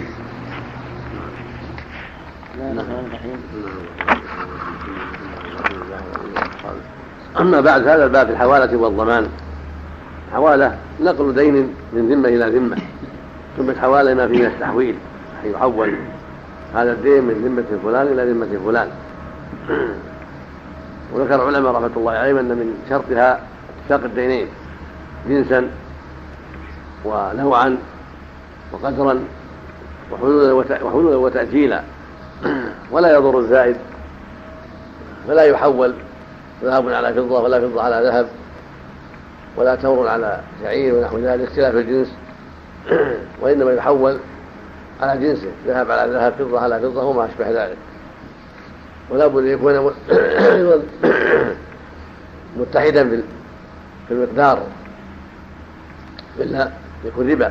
أما بعد هذا الباب في الحوالة والضمان. حوالة نقل دين من ذمة إلى ذمة، ثم حوالة ما فيه التحويل، أي يحول هذا الدين من ذمة فلان إلى ذمة فلان. وذكر العلماء رحمة الله عليهم أن من شرطها اتفاق الدينين جنسا ونوعا وقدرا وحلولا وتأجيلا، ولا يضر الزائد، فلا يحول ذهب على فضة ولا فضة على ذهب ولا تمر على شعير ونحو ذلك اختلاف الجنس، وإنما يحول على جنسه، ذهب على ذهب، فضة على فضة وما أشبه ذلك. ولا بد أن يكون متحدا في المقدار، إلا يكون ربا.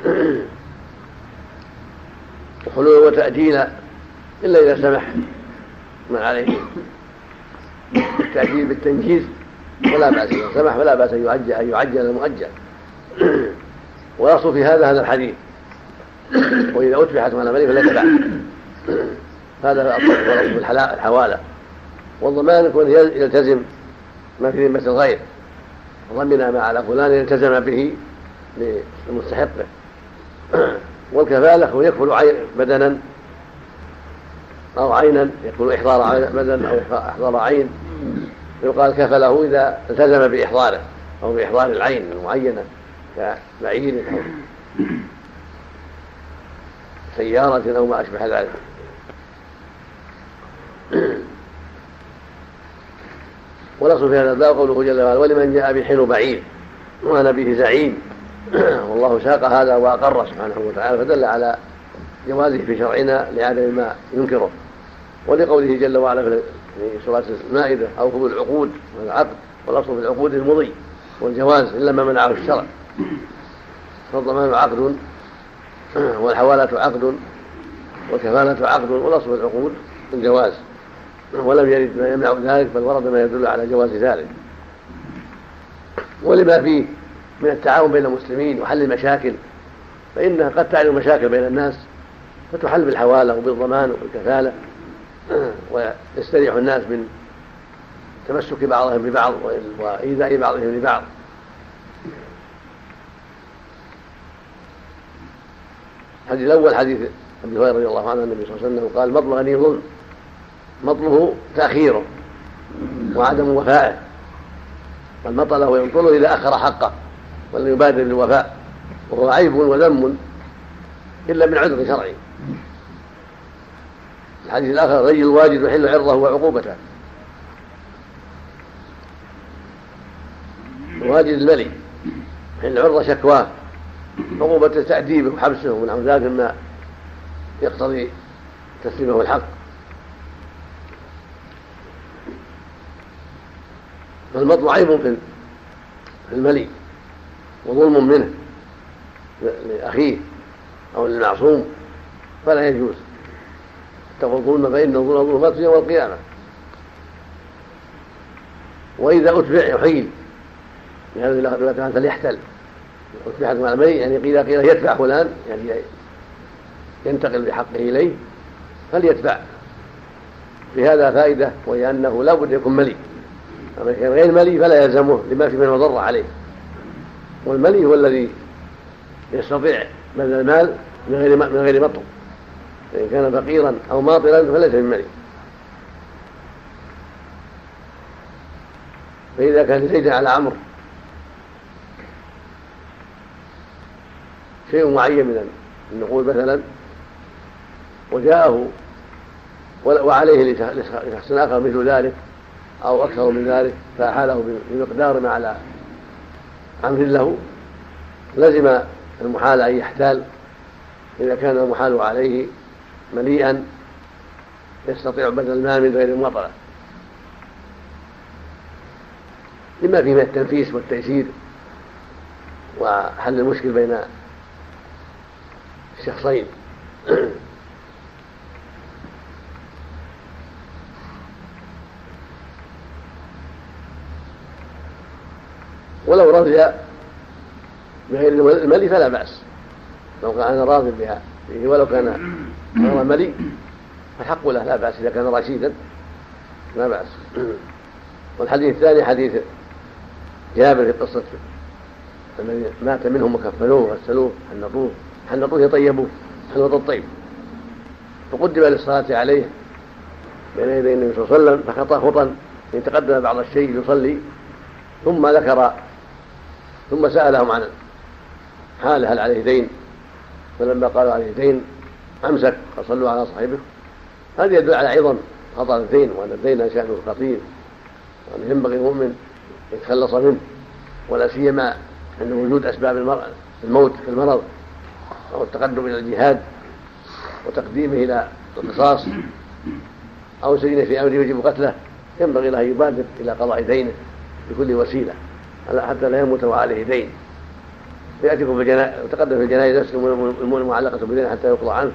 وحلولا وتأجيلا إلا إذا سمح من عليه التأجيل بالتنجيز ولا بأس، إذا سمح فلا بأس أن يعجل المؤجل. ويصل في هذا الحديث وإذا أتبعت على مالي فلا تبع. هذا في الحوالة. والضمان يكون يلتزم ما في ذمة الغير، ضمن ما على فلان يلتزم به لمستحقه. والكفالة هو يكفل بدنا أو عينا، يكفل إحضار بدن أو إحضار عين، يقال كفله إذا التزم بإحضاره أو بإحضار العين المعينة كبعير أو سيارة أو ما أشبه ذلك. ونصف في هذا الباب قوله جل وعلا ولمن جاء بحل بعير وأنا به زعيم. والله ساق هذا وأقر سبحانه وتعالى، فدل على جوازه في شرعنا لعدم ما ينكره. ولقوله جل وعلا في سورة المائدة أوفوا بالعقود والعقد، والأصل في العقود المضي والجواز إلا ما منعه الشرع. فالضمان عقد والحوالة عقد والكفالة عقد، والأصل في العقود الجواز، ولم يرد ما يمنع ذلك، بل ورد ما يدل على جواز ذلك. ولما فيه من التعاون بين المسلمين وحل المشاكل، فإنها قد تعلم مشاكل بين الناس فتحل بالحوالة وبالضمان وبالكفالة، ويستريح الناس من تمسك بعضهم ببعض وإيذاء بعضهم لبعض. الحديث الأول حديث أبي هريرة رضي الله عنه النبي صلى الله عليه وسلم قال مطل غني ظلم، مطله تأخيره وعدم وفائه، والمطل هو ينطله إذا أخر حقه ولم يبادر بالوفاء، وهو عيب وذم إلا من عذر شرعي. الحديث الآخر غي الواجد يحل عرضه وعقوبته. الواجد الملي يحل عرضه شكواه، عقوبة تأديبه وحبسه ونحو ذلك مما يقتضي تسليمه الحق. فالمطل عيب في الملي وظلم منه لأخيه أو للمعصوم، فلا يجوز. اتقوا الظلم فإن الظلم ظلمات يوم القيامة. وإذا أتبع يحيل، لهذا كان فليحتل. أتبعت مع الملي يعني قيل يدفع فلان، يعني ينتقل بحقه إليه فليدفع. في هذا فائدة، وهي أنه لا بد يكون ملي. أما كان غير ملي فلا يلزمه لما في من مضرة عليه. والملي هو الذي يستطيع بذل المال من غير مطل. إن كان فقيرا أو ماطلا فليس من ملي. فإذا كان زيد على عمرو شيء معين من النقود مثلا وجاءه وعليه لشخص آخر مثل ذلك أو أكثر من ذلك، فأحاله بمقدار ما على عمرو له، لزم المحال أن يحتال إذا كان المحال عليه مليئا يستطيع بذل المال من غير مماطلة، لما فيه من التنفيس والتيسير وحل المشكل بين الشخصين. رضي بغير الملي فلا بأس، لو كان راضي بها ولو كان غير ملي فالحق له لا بأس، إذا كان رشيدا لا بأس. والحديث الثاني حديث جابر في قصة الذي مات منهم وكفنوه وغسلوه حنطوه يطيبوه حنوط الطيب، فقدم للصلاة عليه بين يدي النبي صلى الله عليه وسلم فخطى خطا يتقدم بعض الشيء يصلي، ثم سألهم عن حاله هل عليه دين، فلما قالوا عليه دين أمسك فصلوا على صاحبه. هذا يدل على عظم خطر الدين، وأن الدين شأنه خطير، وأن ينبغي المؤمن يتخلص منه، ولا سيما عند وجود أسباب الموت في المرض أو التقدم إلى الجهاد وتقديمه إلى القصاص أو سجنه في أمر يجب قتله، ينبغي له يبادر إلى قضاء دينه بكل وسيلة حتى لا يموت وعليه دين، فيأتيكم وتقدم في الجنائز الأمور المعلقة بدين حتى يقضى عنه.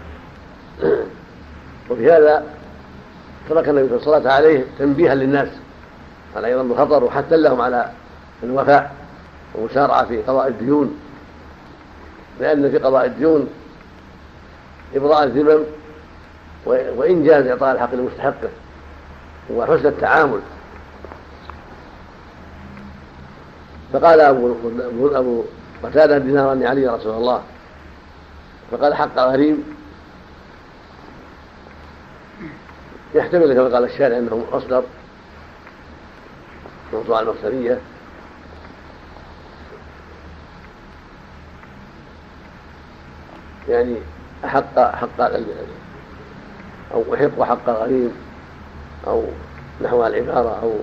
وفي هذا ترك النبي صلى الله عليه وسلم الصلاة عليه تنبيها للناس على عظم الخطر، وحتى لهم على الوفاء ومسارعة في قضاء الديون، لأن في قضاء الديون إبراء الذمم وإنجاز إعطاء الحق لمستحقه وحسن التعامل. فقال أبو قتادة دينارا علي يا رسول الله، فقال حق غريم، يحتمل كما قال الشارع أنه أصدر موضوع المصدرية، يعني حق أو أحق حق الغريم أو نحو العبارة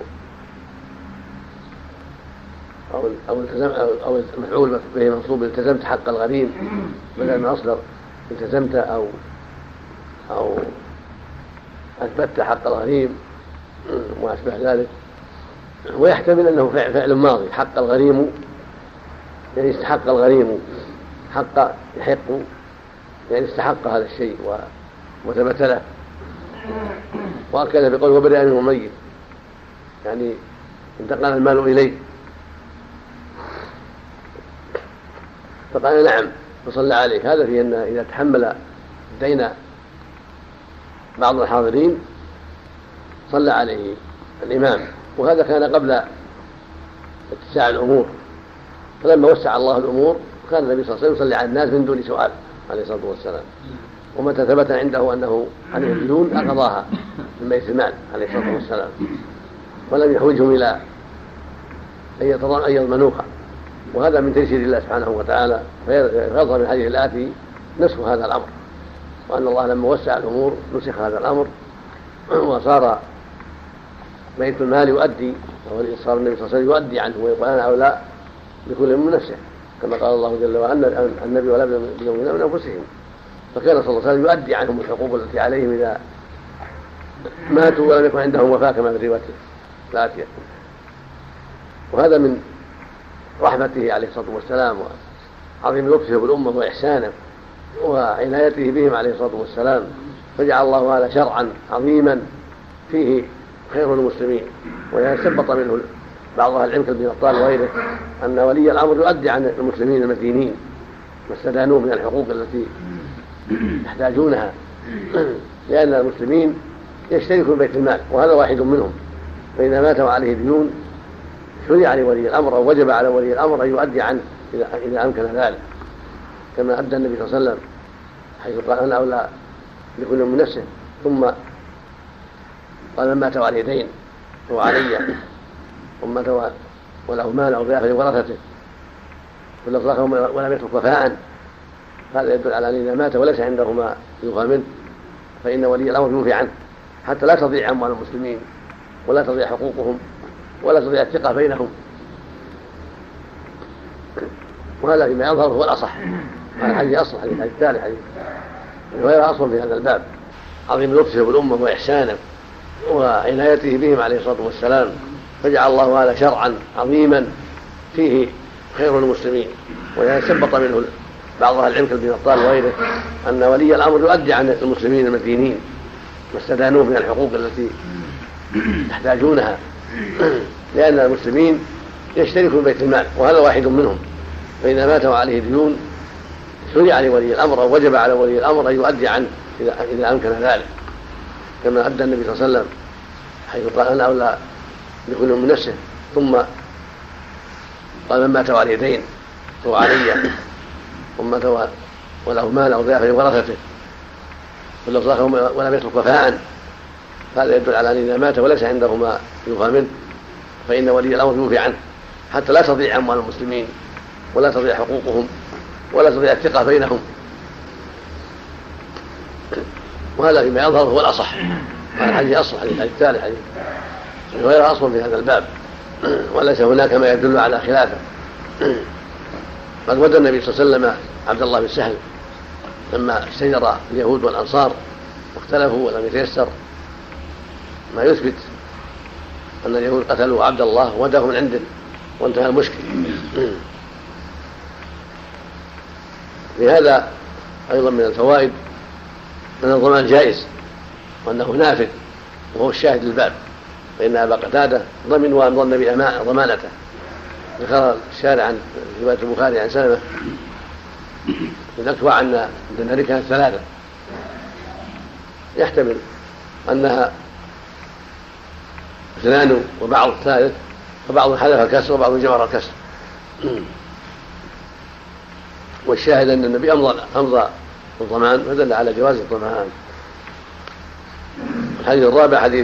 أو المفعول به منصوب التزمت حق الغريم بدل ما أصدر التزمت أو أثبت حق الغريم وأشبه ذلك. ويحتمل أنه فعل ماضي، حق الغريم يعني استحق الغريم، حق يحق يعني استحق هذا الشيء وثبت له. وأكد بقول وبرئ منه ميت، يعني انتقل المال إليه، فقال نعم فصلى عليه. هذا في أن إذا تحمل دين بعض الحاضرين صلى عليه الإمام، وهذا كان قبل اتساع الأمور، فلما وسع الله الأمور كان النبي صلى الله عليه وسلم يصلي على الناس من دون سؤال عليه الصلاة والسلام، ومتى ثبت عنده أنه عليه الديون أقضاها من بيت المال عليه الصلاة والسلام، ولم يحوجهم إلى أن يضمنوها. وهذا من تيسير الله سبحانه وتعالى، فيظهر من الحديث الآتي نسخ هذا الأمر، وأن الله لما وسع الأمور نسخ هذا الأمر، وصار بيت المال يؤدي، صار النبي صلى الله عليه وسلم يؤدي عنه ويقول أنا أولى بكل من نفسه، كما قال الله جل وعلا النبي ولا بالمؤمنين من أنفسهم، فكان صلى الله عليه وسلم يؤدي عنهم الحقوق التي عليهم إذا ماتوا ولم يكن عندهم وفاة كما في الرواية الآتية. وهذا من رحمته عليه الصلاة والسلام وعظيم لطفه بالأمة وإحسانه وعنايته بهم عليه الصلاة والسلام، فجعل الله هذا شرعا عظيما فيه خير المسلمين. ويستنبط منه بعض أهل العلم كابن بطال وغيره أن ولي الأمر يؤدي عن المسلمين المدينين ما استدانوه من الحقوق التي يحتاجونها، لأن المسلمين يشتركون بيت المال وهذا واحد منهم، فإذا مات وعليه ديون شرع لولي الأمر أو وجب على ولي الأمر أن يؤدي عنه إذا أمكن ذلك، كما أدى النبي صلى الله عليه وسلم حيث قال أنا أولى لكل من نفسه، ثم قال من مات وعليه دين هو علي، ثم وله مال أو ضيافة لورثته ولم يترك وفاء، هذا يدل على أن إذا مات وليس عنده ما يوفى منه فإن ولي الأمر يوفي عنه، حتى لا تضيع أموال المسلمين ولا تضيع حقوقهم ولا تضيع الثقة بينهم. وهذا فيما يظهر هو الأصح، هذا الحديث أصح، الحديث الثالث حديث وغير أصل في هذا الباب، عظيم لطفه بالأمة وإحسانه وعنايته بهم عليه الصلاة والسلام، فجعل الله هذا شرعا عظيما فيه خير المسلمين. ويستنبط منه بعض أهل العلم كابن بطال وغيره أن ولي الأمر يؤدي عن المسلمين المدينين ما استدانوه من الحقوق التي يحتاجونها، لأن المسلمين يشترك في بيت المال، وهذا واحد منهم. فإذا مات وعليه ديون شرع لولي الأمر أو وجب على ولي الأمر أن يؤدي عنه إذا أمكن ذلك، كما أدى النبي صلى الله عليه وسلم حيث قال أنا أولى بكل من نفسه، ثم قال من مات وعليه دين فهو علي، ومات وله مال أو ضيافة لورثته ولم يترك وفاء، هذا يدل على أن إذا مات وليس عنده ما يوفى منه فإن ولي الأمر يوفي عنه، حتى لا تضيع أموال المسلمين ولا تضيع حقوقهم ولا تضيع الثقة بينهم. وهذا فيما يظهر هو الأصح. هذا الحديث أصح، الحديث الثالث حديث غير أصل في هذا الباب، وليس هناك ما يدل على خلافه. قد ودى النبي صلى الله عليه وسلم عبد الله بن سهل لما اشتجر اليهود والأنصار واختلفوا ولم يتيسر ما يثبت أن اليهود قتلوا عبد الله وداه من عنده وانتهى المشكل. لهذا أيضا من الفوائد أن الضمان جائز وأنه نافذ، وهو الشاهد للباب، فإن أبا قتادة ضمن وأمضى النبي ضمانته. ذكر الشارع عن رواية البخاري عن سلمة ذكر أن النار كانت ثلاثة، يحتمل أنها اثنان وبعض ثالث، وبعض حذف الكسر وبعض جمر الكسر. والشاهد أن النبي أمضى الضمان فدل على جواز الضمان. الحديث الرابع حديث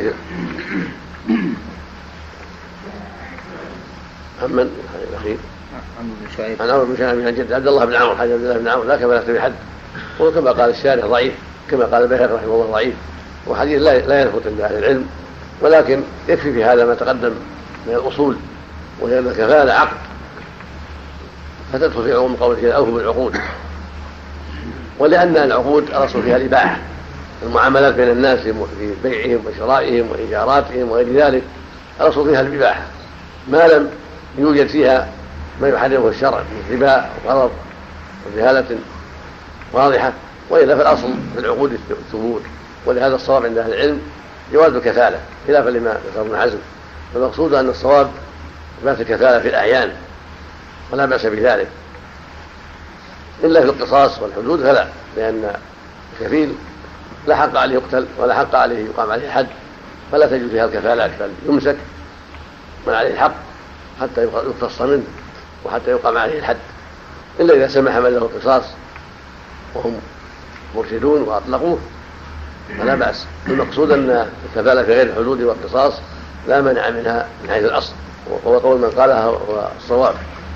من الأخير عن عمرو بن شعيب عن جد عبد الله بن عمرو، حديث عبد الله بن عمرو لا كما بحد، وكما قال الشارح ضعيف، كما قال البيهقي رحمه الله ضعيف، وحديث لا يثبت عند أهل العلم، ولكن يكفي في هذا ما تقدم من الأصول، وهي الكفالة عقد، فتدخل في عموم قوله أوفوا بالعقود. ولأن العقود الأصل فيها الإباحة، المعاملات بين الناس في بيعهم وشرائهم وإيجاراتهم وغير ذلك الأصل فيها الإباحة، ما لم يوجد فيها ما يحرمه الشرع من ربا وغرض وجهالة واضحة، وإلا فالأصل في العقود الثبوت. ولهذا الصواب عند أهل العلم جواز الكفالة خلافا لما ذكر ابن حزم، فالمقصود أن الصواب إثبات الكفالة في الأعيان ولا بأس بذلك، إلا في القصاص والحدود فلا، لأن الكفيل لا حق عليه يقتل ولا حق عليه يقام عليه حد، فلا تجوز فيها الكفالات، بل يمسك من عليه الحق حتى يقتص منه وحتى يقام عليه الحد، إلا إذا سمح من له القصاص وهم مرشدون وأطلقوه فلا بأس. المقصود أن الكفالة في غير الحدود والقصاص لا منع منها من حيث الأصل، وهو قول من قالها هو الصواب.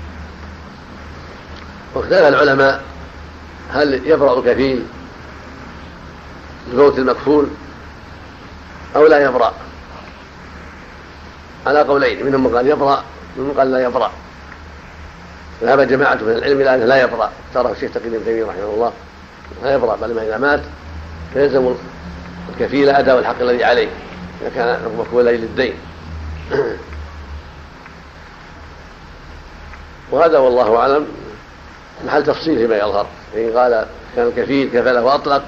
واختلف العلماء هل يبرأ الكفيل بموت المكفول أو لا يبرأ، على قولين، منهم من قال يبرأ ومن قال لا يبرأ. ذهب جماعة من العلم إلى أنه لا يبرأ، اختاره الشيخ تقي بن تيمية رحمه الله، لا يبرأ، بل ما إذا مات فيلزم الكفيل أداء الحق الذي عليه إذا كان مكفولا للدين. وهذا والله أعلم محل تفصيل فيما يظهر، فإن قال كان الكفيل كفله وأطلق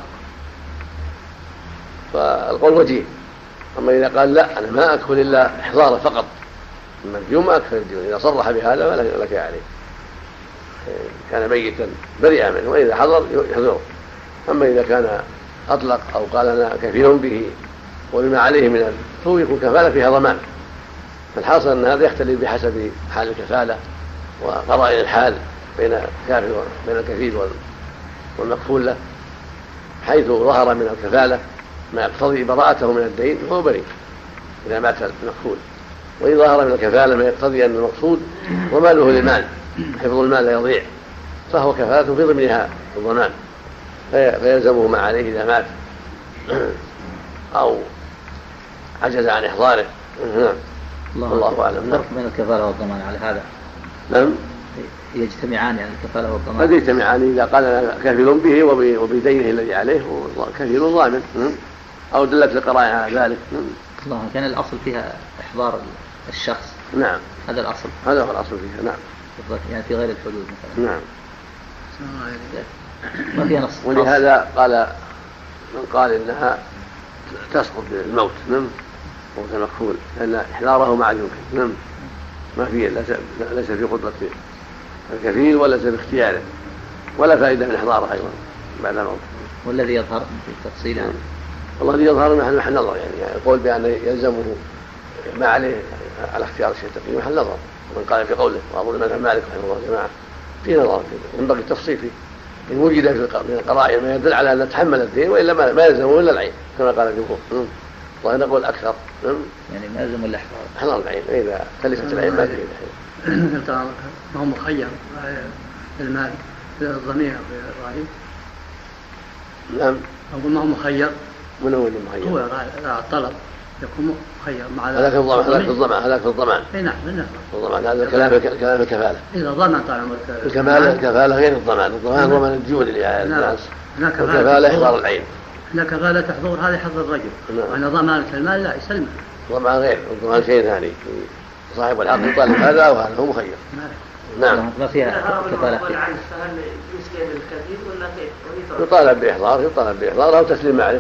فالقول وجيه، أما إذا قال لا أنا ما أكفل إلا إحضاره فقط المديون ما أكفل الديون، إذا صرح بهذا فلا لك عليه، كان ميتا بريئا منه، وإذا حضر يحضره. أما إذا كان أطلق أو قال أنا كفيل به ولما عليه من فهو يكون كفالة فيها ضمان. فالحاصل أن هذا يختلف بحسب حال الكفالة وقرائن الحال بين الكفيل والمكفول له، حيث ظهر من الكفالة ما يقتضي براءته من الدين فهو بريء إذا مات المكفول، وإن ظهر من الكفالة ما يقتضي أن المقصود وماله للمال، حفظ المال لا يضيع، فهو كفالة في ضمنها الضمان، فيلزمه ما عليه إذا مات أو عجز عن إحضاره. الله أعلم. الفرق بين الكفالة والضمان على هذا؟ نعم، يجتمعان يعني الكفالة والضمان؟ قد يجتمعان إذا قال أنا كفيل به وبدينه الذي عليه كفيل ضامن، أو دلت القرائن على ذلك. الله، كان الأصل فيها إحضار الشخص. نعم، هذا الأصل، هذا هو الأصل فيها. نعم، يعني في غير الحدود مثلا. نعم، ما فيها نص. ولهذا قال من قال إنها تسقط بالموت، موت المكفول، لأن إحضاره مع اليمكن. ما فيه ليس في قدرة الكفيل وليس في اختياره، ولا فائدة من إحضاره أيضا بعد الموت. والذي يظهر في التفصيل يعني والله الذي يظهر محل نظر، يعني يقول بأن يلزمه ما عليه على اختيار الشيء التقييم محل نظر، ومن قال في قوله وأظن مذهب مالك رحمه الله جماعة في نظر ينبغي التفصيل فيه إن وجد من القرائن ما يدل على أن تحمل الدين، وإلا ما يلزمه إلا العين كما قال الجمهور. ونقول أكثر يعني ما يلزم إلا إحضار العين، إذا كلفت العين ما تريد الحين. ما هو مخير المال في الضمير في الغالب. نعم. أقول ما هو مخير. من هو المخير؟ هو الطلب يكون مخير مع هذاك في الضمان. اي نعم. الضمان هذا كلام الكفالة. إذا ضمن طال عمرك. الكفالة غير الضمان. الضمان هو من الديون اللي الناس. الكفالة إحضار العين. هناك كفالة حضور هذه حظ الرجل. وأنا ضمانة المال لا يسلمه. الضمان غير، الضمان شيء ثاني. صاحب الحق يطالب هذا وهذا هو مخير. نعم. ما فيها كفالة. يطالب بإحضار أو تسليم عليه.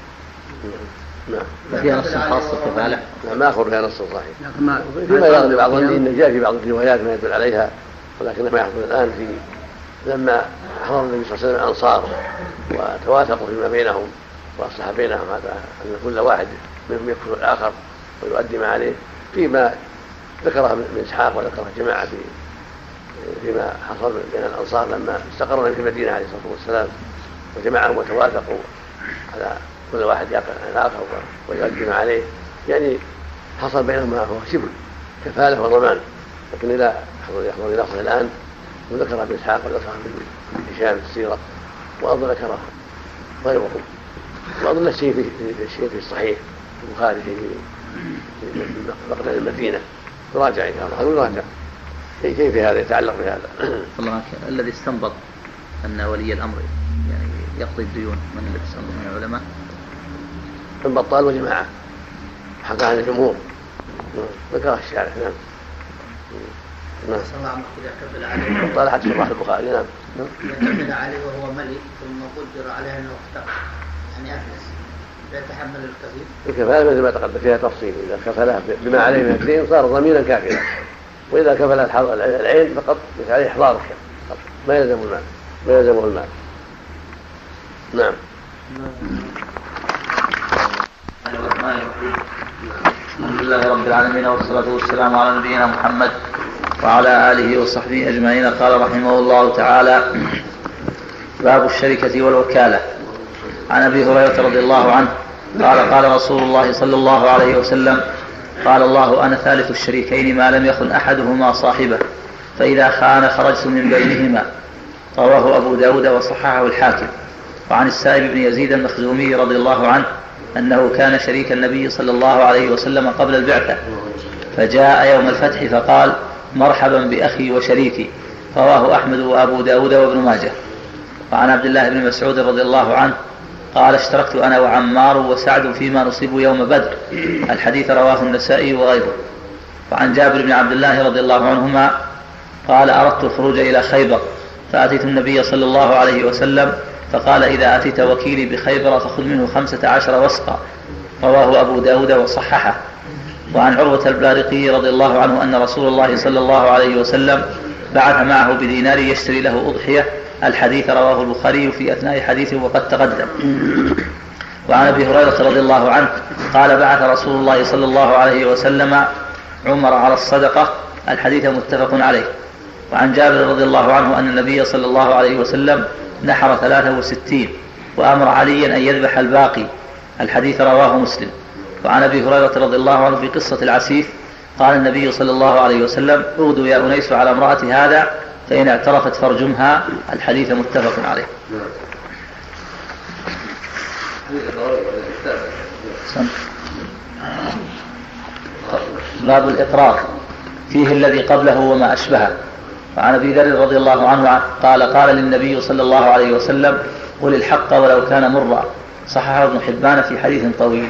نعم. فيها نص خاص بالكفالة. ما أخبر فيها نص صحيح. فيما يغلب بعض الذين جاء في بعض الروايات ما يدل عليها، ولكن ما يحصل الآن في لما حضر النبي صلى الله عليه وسلم الأنصار وتواثقوا فيما بينهم وأصلح بينهم هذا أن كل واحد منهم يكفر الآخر ويؤدي ما عليه، فيما ذكره من إسحاق وذكره جماعة فيما حصل بين الأنصار لما استقروا في المدينة عليه الصلاة والسلام وجمعهم وتواثقوا على كل واحد يقع عن الآخر ويؤدي ما عليه، يعني حصل بينهم ما هو شبه كفالة وضمان. لكن إذا يحضر لفظه الآن وذكر ابن إسحاق وذكر ابن هشام في السيرة وأظن ذكره غيرهم، وأظن الشيء في الصحيح البخاري في مقدم المدينة يراجع إن شاء الله. يراجع كيف هذا يتعلق بهذا. الله الذي استنبط أن ولي الأمر يعني يقضي الديون من الذي استنبط من العلماء؟ ابن بطال وجماعة حكى عن الجمهور ذكر الشارع. نعم. صلى الله عليه كفل عليه. بطال حتى صلاح البخاري. نعم. كفل عليه وهو ملك ثم قدر عليه أنه اختار يعني أفلس لا يتحمل الكفيل. الكفالة مثل ما تقدم فيها تفصيل، إذا كفله بما عليه من الدين صار ضمينا كافلا، وإذا كفل العين فقط عليه إحضار ما يلزمه المال. نعم. الحمد لله رب العالمين والصلاة والسلام على نبينا محمد وعلى آله وصحبه أجمعين. قال رحمه الله تعالى: باب الشركة والوكالة. عن أبي هريرة رضي الله عنه قال: قال رسول الله صلى الله عليه وسلم: قال الله: أنا ثالث الشريكين ما لم يخن أحدهما صاحبه، فإذا خان خرجت من بينهما. رواه أبو داود وصححه الحاكم. وعن السائب بن يزيد المخزومي رضي الله عنه أنه كان شريك النبي صلى الله عليه وسلم قبل البعثة، فجاء يوم الفتح فقال: مرحبا بأخي وشريكي. رواه أحمد وأبو داود وابن ماجه. وعن عبد الله بن مسعود رضي الله عنه قال: اشتركت أنا وعمار وسعد فيما نصيب يوم بدر. الحديث رواه النسائي وغيره. وعن جابر بن عبد الله رضي الله عنهما قال: أردت الخروج إلى خيبر فأتيت النبي صلى الله عليه وسلم فقال: إذا أتيت وكيلي بخيبر فخذ منه 15 وسقا. رواه أبو داود وصححه. وعن عروة البارقي رضي الله عنه أن رسول الله صلى الله عليه وسلم بعث معه بدينار يشتري له أضحية. الحديث رواه البخاري في أثناء حديثه وقد تقدم. وعن أبي هريرة رضي الله عنه قال: بعث رسول الله صلى الله عليه وسلم عمر على الصدقة. الحديث متفق عليه. وعن جابر رضي الله عنه أن النبي صلى الله عليه وسلم نحر 63 وأمر عليا أن يذبح الباقي. الحديث رواه مسلم. وعن أبي هريرة رضي الله عنه في قصة العسيف قال النبي صلى الله عليه وسلم: اغدوا يا أنيس على امرأة هذا فإن اعترفت فارجمها. الحديث متفق عليه. باب الإقرار فيه الذي قبله وما أشبهه. وعن أبي ذر رضي الله عنه قال: قال للنبي صلى الله عليه وسلم: قل الحق ولو كان مرا. صححه ابن حبان في حديث طويل.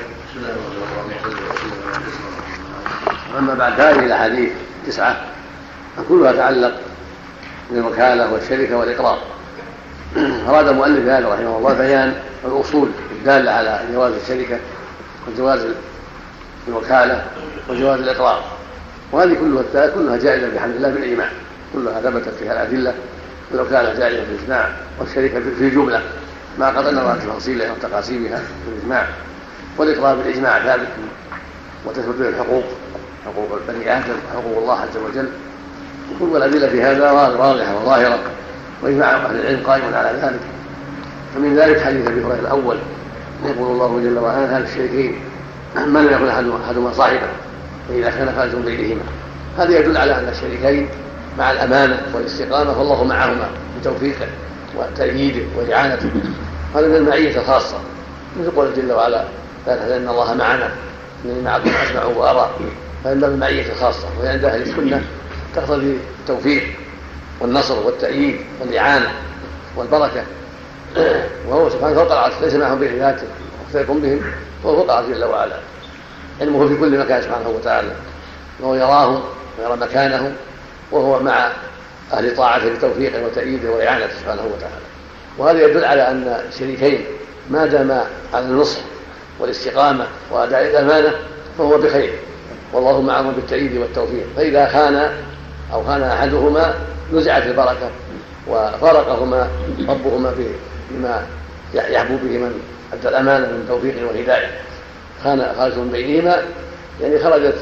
أما بعد هذه الأحاديث 9 فكلها تعلق بالوكالة والشركة والإقرار. أراد المؤلف هذا رحمه الله بيان الأصول الدالة على جواز الشركة وجواز الوكالة وجواز الإقرار، وهذه كلها جائزة بحمد الله بالإجماع، كلها ثبتت فيها الأدلة، ولو كانت جائزة بالإجماع والشركة في الجملة ما قد نظرت تفاصيلها وتقاسيمها بالإجماع. والإقرار بالإجماع ثابت، وتثبت به الحقوق، حقوق البني آدم وحقوق الله عز وجل، وكل الأدلة في هذا واضحة وظاهرة، وإجماع أهل العلم قائم على ذلك. فمن ذلك حديث أبي هريرة الأول يقول الله جل وعلا: هذا الشريكين من لم يكن أحدهما صاحبا فإذا كان فاز بينهما. هذا يدل على أن الشريكين مع الأمانة والاستقامة فالله معهما بتوفيقه وتأييده وإعانته. هذا من المعية الخاصة، مثل قوله جل وعلا: لا تحزن إن الله معنا إنني معكم أسمع وأرى. فإن المعية الخاصة، وعند أهل السنة تقتضي التوفيق والنصر والتأييد والإعانة والبركة، وهو سبحانه فوق العرش ليس معهم بعباده مختلف بهم، وهو فوق العرش جل وعلا، علمه في كل مكان سبحانه وتعالى، وهو يراهم ويرى مكانهم، وهو مع أهل طاعته بتوفيقه وتأييده وإعانته سبحانه وتعالى. وهذا يدل على أن الشريكين ما دام على النصح والاستقامة وأداء الأمانة فهو بخير، والله معهم بالتأييد والتوفيق. فإذا خان أحدهما نزعت البركة وفارقهما ربهما بما يحبو به من أدى الأمانة من توفيق وهداية. خرجت من بينهما، يعني خرجت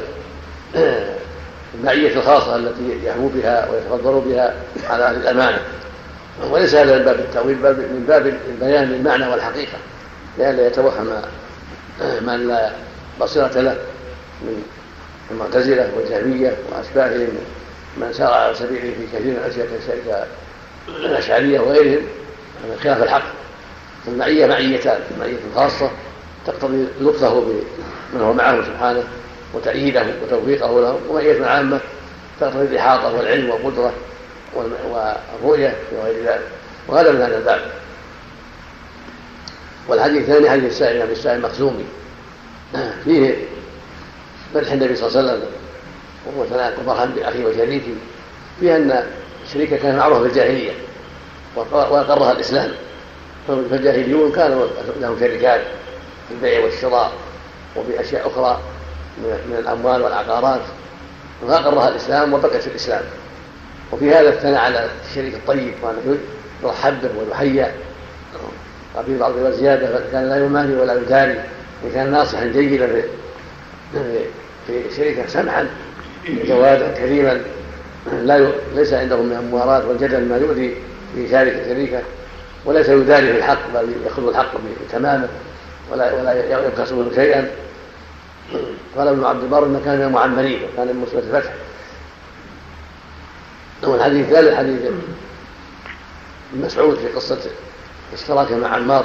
المعية الخاصة التي يحبو بها ويتفضل بها على أهل الأمانة. وليس هذا من باب التأويل، من باب البيان للمعنى والحقيقة، لئلا يتوهم من لا بصيرة له من المعتزلة والجهمية وأشباههم من سار على سبيله في كثير من الأشياء كالأشعرية وغيرهم من خلاف الحق. المعية معيتان: معية خاصة تقتضي لطفه من هو معه سبحانه وتأييده وتوفيقه له، ومعية عامة تقتضي الإحاطة والعلم والقدرة والرؤية وغير ذلك. وهذا من هذا الباب. والحديث الثاني حديث السائل عن السائل المخزومي فيه مدح النبي صلى الله عليه وسلم وهو ثناء وفرحا بأخيه وشريكه، فيه أن الشريك كان معروف في الجاهلية وأقرها الإسلام. فالجاهليون كانوا لهم شركات في البيع والشراء وبأشياء أخرى من الأموال والعقارات، فأقرها الإسلام وبقت الإسلام. وفي هذا الثناء على الشريك الطيب، وأنه يرحب به ويحيى. وفي بعض الزيادة كان لا يماني ولا يداري، كان ناصحا جيدا في شريكه، سمحا جوادا كريما، ليس عندهم من الموارات والجدل ما يؤذي في شريكه، وليس يداري في الحق بل يأخذ الحق تماما ولا يبخس منه شيئا. قال ابن عبد البر انه كان من المعمرين وكان من مسلمة الفتح. والحديث الثالث حديث ابن مسعود في قصة اشتراكه مع عمار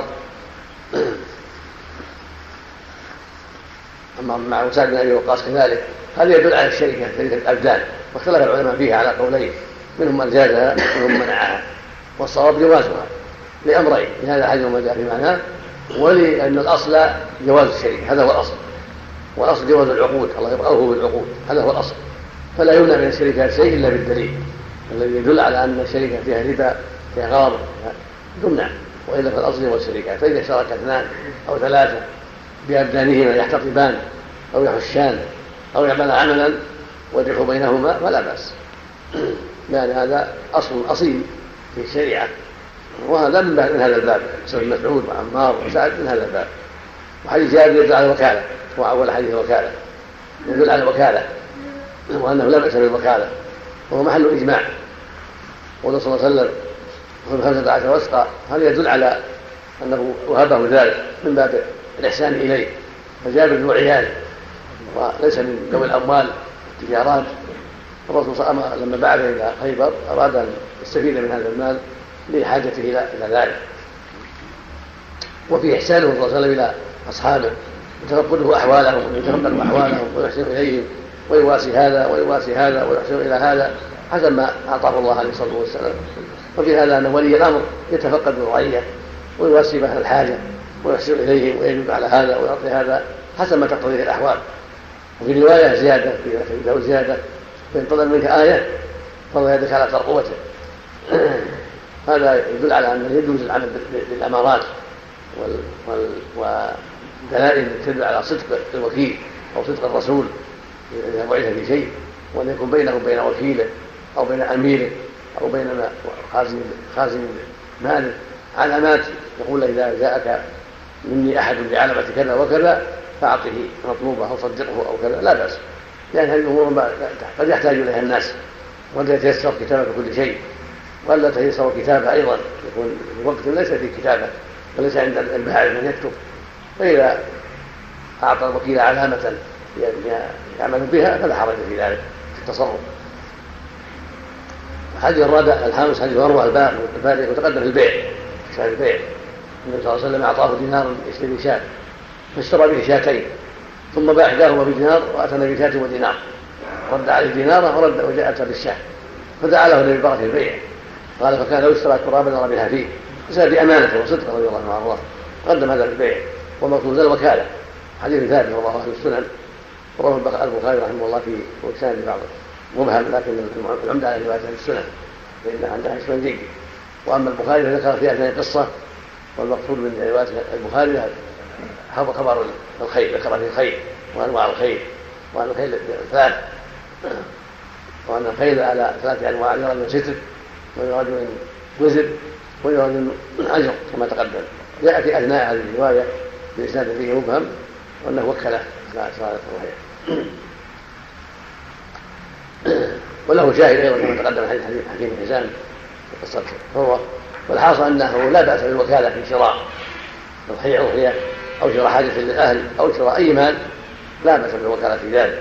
مع سعد بن ابي وقاص كذلك. هذا يدل على شركة الأبدان، واختلف العلماء فيها على قولين، منهم من جازها ومنهم من منعها، والصواب جوازها لأمرين: لهذا أحدهما جاء في معناه، ولأن الأصل جواز الشركة، هذا هو الأصل، والأصل جواز العقود، الله يبقاه بالعقود، هذا هو الأصل. فلا يمنع من الشركات شيء إلا بالدليل الذي يدل على أن الشركة فيها ربا فيها غرض تمنع، وإلا فالأصل هو الشركات. فإذا اشترك اثنان أو ثلاثة بأبدانهما يحتطبان أو يحشان أو يعمل عملا والربح بينهما فلا بأس، لأن هذا أصل أصيل في الشريعة. وهذا من هذا الباب، سيد مسعود وعمار وسعد من هذا الباب. وحديث جابر يدل على الوكالة، هو أول حديث الوكالة، يدل على الوكالة وأنه لا بأس بالوكالة، وهو محل إجماع. قال صلى الله عليه وسلم: خذ 15 وسقا، هذا يدل على أنه وهبه ذلك من باب الإحسان إليه. فجابر ذو عيال وليس من ذوي الأموال التجارات. الرسول صلى الله عليه وسلم لما بعث إلى خيبر أراد أن يستفيد من هذا المال لحاجته إلى ذلك. وفي إحسانه صلى الله عليه وسلم إلى أصحابه، يتفقده أحوالهم ويتفقد أحوالهم ويحسن إليهم، ويواسي هذا ويواسي هذا ويحسن إلى هذا حسب ما أعطاه الله عليه الصلاة والسلام. وفي هذا أن ولي الأمر يتفقد الرعية ويواسي بها الحاجة ويحسن إليهم ويجب على هذا ويعطي هذا حسب ما تقتضيه الأحوال. وفي رواية زيادة في زيادة: فإن طلب منك آية فضل يدك على ترقوته. هذا يدل على أنه يجوز العمل بالأمارات والدلائل تدل على صدق الوكيل أو صدق الرسول إذا بعث في شيء، وأن يكون بينه وبين وكيله أو بين أميره أو بين خازن ماله علامات، يقول له إذا جاءك مني أحد بعلامة كذا وكذا فأعطه مطلوبه أو صدقه أو كذا، لا بأس، لأن هذه الأمور قد يحتاج إليها الناس، وقد يتيسر كتابة كل شيء، ولا تيسر كتابة أيضا يكون في وقت ليس فيه كتابة وليس عند البائع من يكتب، فإذا أعطى الوكيل علامة يعمل بها فلا حرج في ذلك في التصرف. الحديث الرابع الخامس حديث عروة الفارق وتقدم في البيع، شهر البيع النبي صلى الله عليه وسلم أعطاه دينارا يشتري شاة فاشترى به شاتين ثم باع إحداهما بدينار وأتى بشاة ودينار، رد عليه دينارا وجاءت بالشاة، فدعا له النبي بارك البيع، قال فكان لو اشترى ترابا نرى بها فيه، فسأل بأمانته وصدقه رضي الله عنه، قدم هذا البيع ومقصود الوكالة. حديث ثابت رواه أهل السنن، رواه البخاري رحمه الله في وكسان بعض مبهم، لكن العمدة على رواية السنن فإن عندها اسم جيد. وأما البخاري فذكر في أثناء القصة، والمقصود من رواية البخاري خبر الخير، ذكر فيه الخير وأنواع الخير، وأن الخير ثلاث، وأن الخير على ثلاثة أنواع، يراد من ستر ويراد من وزر ويراد من أجر كما تقدم. جاء في أثناء هذه الرواية بإسناد فيه مبهم وأنه وكله لا صارت الرواية. وله شاهد أيضا كما تقدم حديث حكيم حزام في قصة عروة. والحاصل أنه لا بأس بالوكالة في شراء أضحية أو شراء حاجة للأهل أو شراء أي مال، لا بأس بالوكالة في ذلك.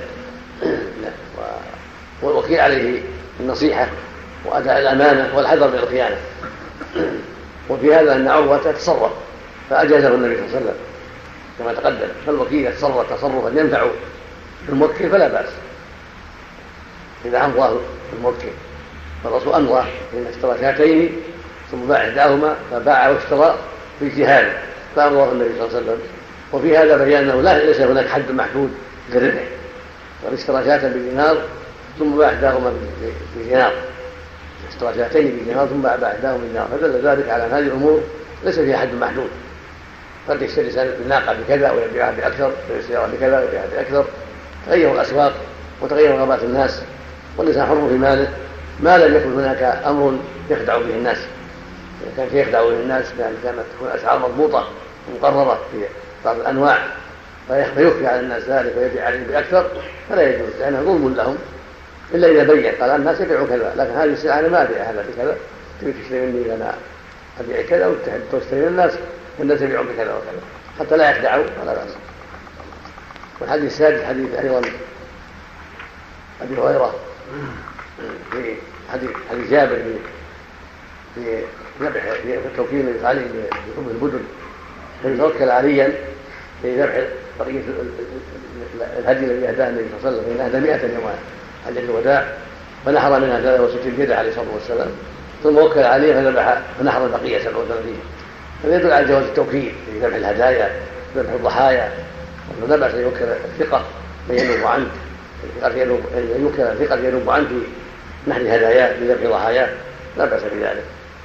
والوكيل عليه النصيحة وأداء الأمانة والحذر من الخيانة. وفي هذا أن عروة تصرف فأجازه النبي صلى الله عليه وسلم كما تقدم، فالوكيل يتصرف تصرفا ينفع الموكل فلا بأس إذا أمضاه الموكل. فالرسول أمضى حين اشترى شاتين ثم باع إحداهما فباع واشترى في اجتهاد فأمضاه النبي صلى الله عليه وسلم. وفي هذا بيان أنه ليس هناك حد محدود للربح، واشترى شاة بدينار ثم باع إحداهما بدينار، اشترى شاتين بدينار ثم باع إحداهما بدينار، فدل ذلك على أن هذه الأمور ليس فيها حد محدود، قد يشتري الناقة بكذا ويبيعها بأكثر، ويشتريها بكذا ويبيعها بأكثر. تغير الأسواق وتغير رغبات الناس، والإنسان حر في ماله ما لم يكن هناك أمر يخدع به الناس. إذا كان في يخدع به الناس بأن كانت تكون أسعار مضبوطة مقررة في بعض الأنواع فيخفي على الناس ذلك ويبيع عليهم بأكثر فلا يجوز، لأنه ظلم لهم إلا إذا بين قال الناس يبيعوا كذا، لكن هذه السلعة أنا ما أبيع هذا بكذا، تبي تشتري مني أنا أبيع كذا وتشتري من الناس والناس يبيعون بكذا وكذا حتى لا يخدعوا ولا بأس. والحديث السادس حديث أيضا أبي هريرة في حديث جابر في ذبح في التوكيل عليه بحب البدن، فيتوكل عليا في ذبح بقية الهدي الذي أهداه النبي صلى الله عليه وسلم، فإن أهدى 100 يوم حجة الوداع فنحر منها 63 جدة عليه الصلاة والسلام، ثم وكل عليه فذبح فنحر البقية 37. هذا يدل على جواز التوكيل في ذبح الهدايا ذبح الضحايا، وأنه لا بأس أن يوكل الثقة من ينوب عنه، يوكل الثقة ينوب عنه في نحر هداياه بذبح ضحاياه، لا بأس بذلك.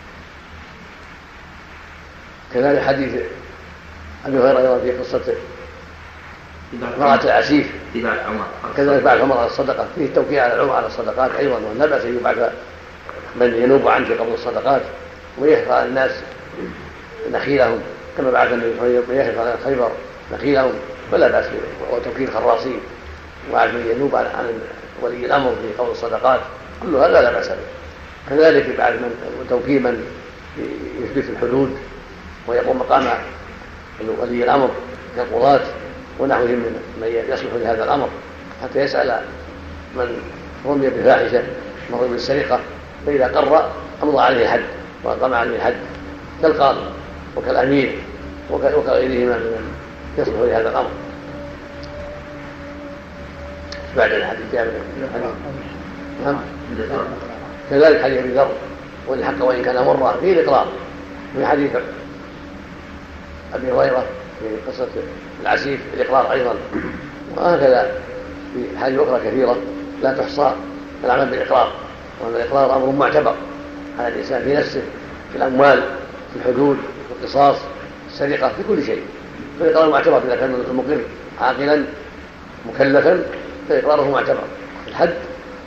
كذلك حديث أبي هريرة أيضا في قصة امرأة العسيف كذلك بعد عمر على الصدقة، فيه التوكيل على العمر على الصدقات أيضا، ولا بأس أن يبعث من ينوب عنه في قبض الصدقات ويحفظ على الناس نخيلهم كما بعث النبي صلى الله عليه وسلم يحفظ على خيبر نخيلهم، ولا بأس وتوكيل خراصين وعلى من ينوب عن ولي الأمر في قبض الصدقات، كل هذا لا بأس به. كذلك بعد من توكيل من يثبت الحدود ويقوم مقام ولي الأمر كالقضاة ونحوهم من يصلح لهذا الأمر، حتى يسأل من رمي بفاحشة مرض بالسرقة فإذا قر أمضى عليه الحد وأقام عليه الحد كالقاضي وكالأمير وكغيرهما من يصلح لهذا الأمر. بعد الحديث جابر كذلك حديث أبي ذر والحق وإن كان مرة فيه الإقرار، في حديث أبي هريرة في قصة العسيف الإقرار أيضا، وهكذا في حديث أخرى كثيرة لا تحصى العمل بالإقرار، وأن الإقرار أمر معتبر على الإنسان في نفسه في الأموال في الحدود في القصاص في السرقة في كل شيء، فالإقرار معتبر إذا كان المقر عاقلا مكلفا فإقراره معتبر في الحد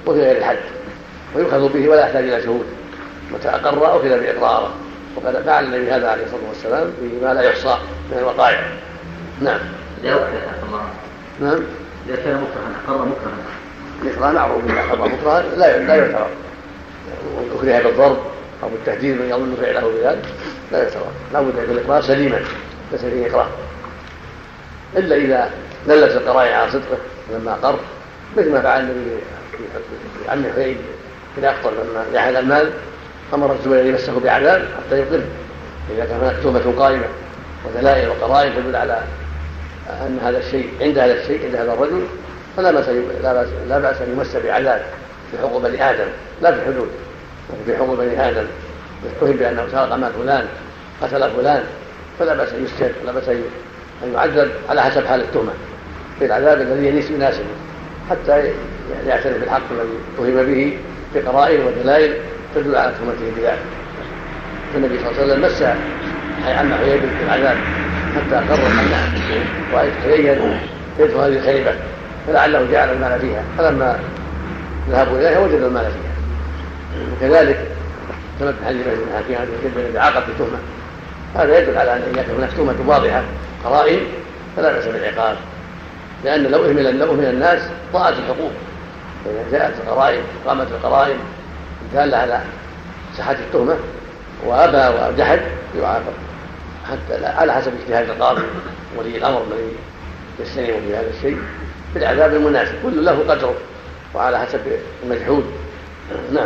وفي غير الحد، ويؤخذ به ولا يحتاج إلى شهود، متى أقر أخذ بإقراره، وقد فعل النبي هذا عليه الصلاة والسلام فيما لا يحصى من الوقائع. نعم. نعم. إذا كان مكرها أقر مكرها. الإكراه معروف، إذا أقر مكرها لا يعتبر، أكره بالضرب أو بالتهديد من يظن فعله بذلك لا يعتبر، لا بد أن يكون الإقرار سليما ليس فيه إكراه، إلا إذا دلت القرائن على صدقه لما أقر، مثل ما فعل النبي في عم حفيد إذا أقر لما جحد المال أمر الزبير أن يمسه بعذاب حتى يقره، إذا كان هناك تهمة قائمة ودلائل وقرائن تدل على أن هذا الشيء عند هذا الرجل، فلا بأس أن يمس بعذاب في حقوق بني آدم، لا في الحدود، لكن في حقوق بني آدم يتهم بأنه سرق مال فلان قتل فلان، فلا بأس أن يسجن، ولا بأس أن يعذب على حسب حال التهمة في العذاب الذي يناسبه حتى يعترف بالحق الذي اتهم به بقرائن ودلائل تدل على تهمته بذلك. فالنبي صلى الله عليه وسلم مس عم حيي بالعذاب حتى أقر عنها وتبين يدخل هذه الخيبة، فلعله جعل المال فيها، فلما ذهبوا إليها وجدوا المال فيها. وكذلك ثبت حديث ابن حكيم عن الكذب بعقد التهمة، هذا يدل على أن إذا كانت هناك تهمة واضحة قرائن فلا بأس بالعقاب، لأن لو أهمل الناس ضاعت الحقوق، فإذا جاءت القرائن قامت القرائن دالة على صحة التهمة وأبى وجحد يعاقب حتى على حسب اجتهاد القاضي ولي الأمر الذي يستلم في هذا الشيء بالعذاب المناسب، كل له قدره وعلى حسب المجحود. نعم.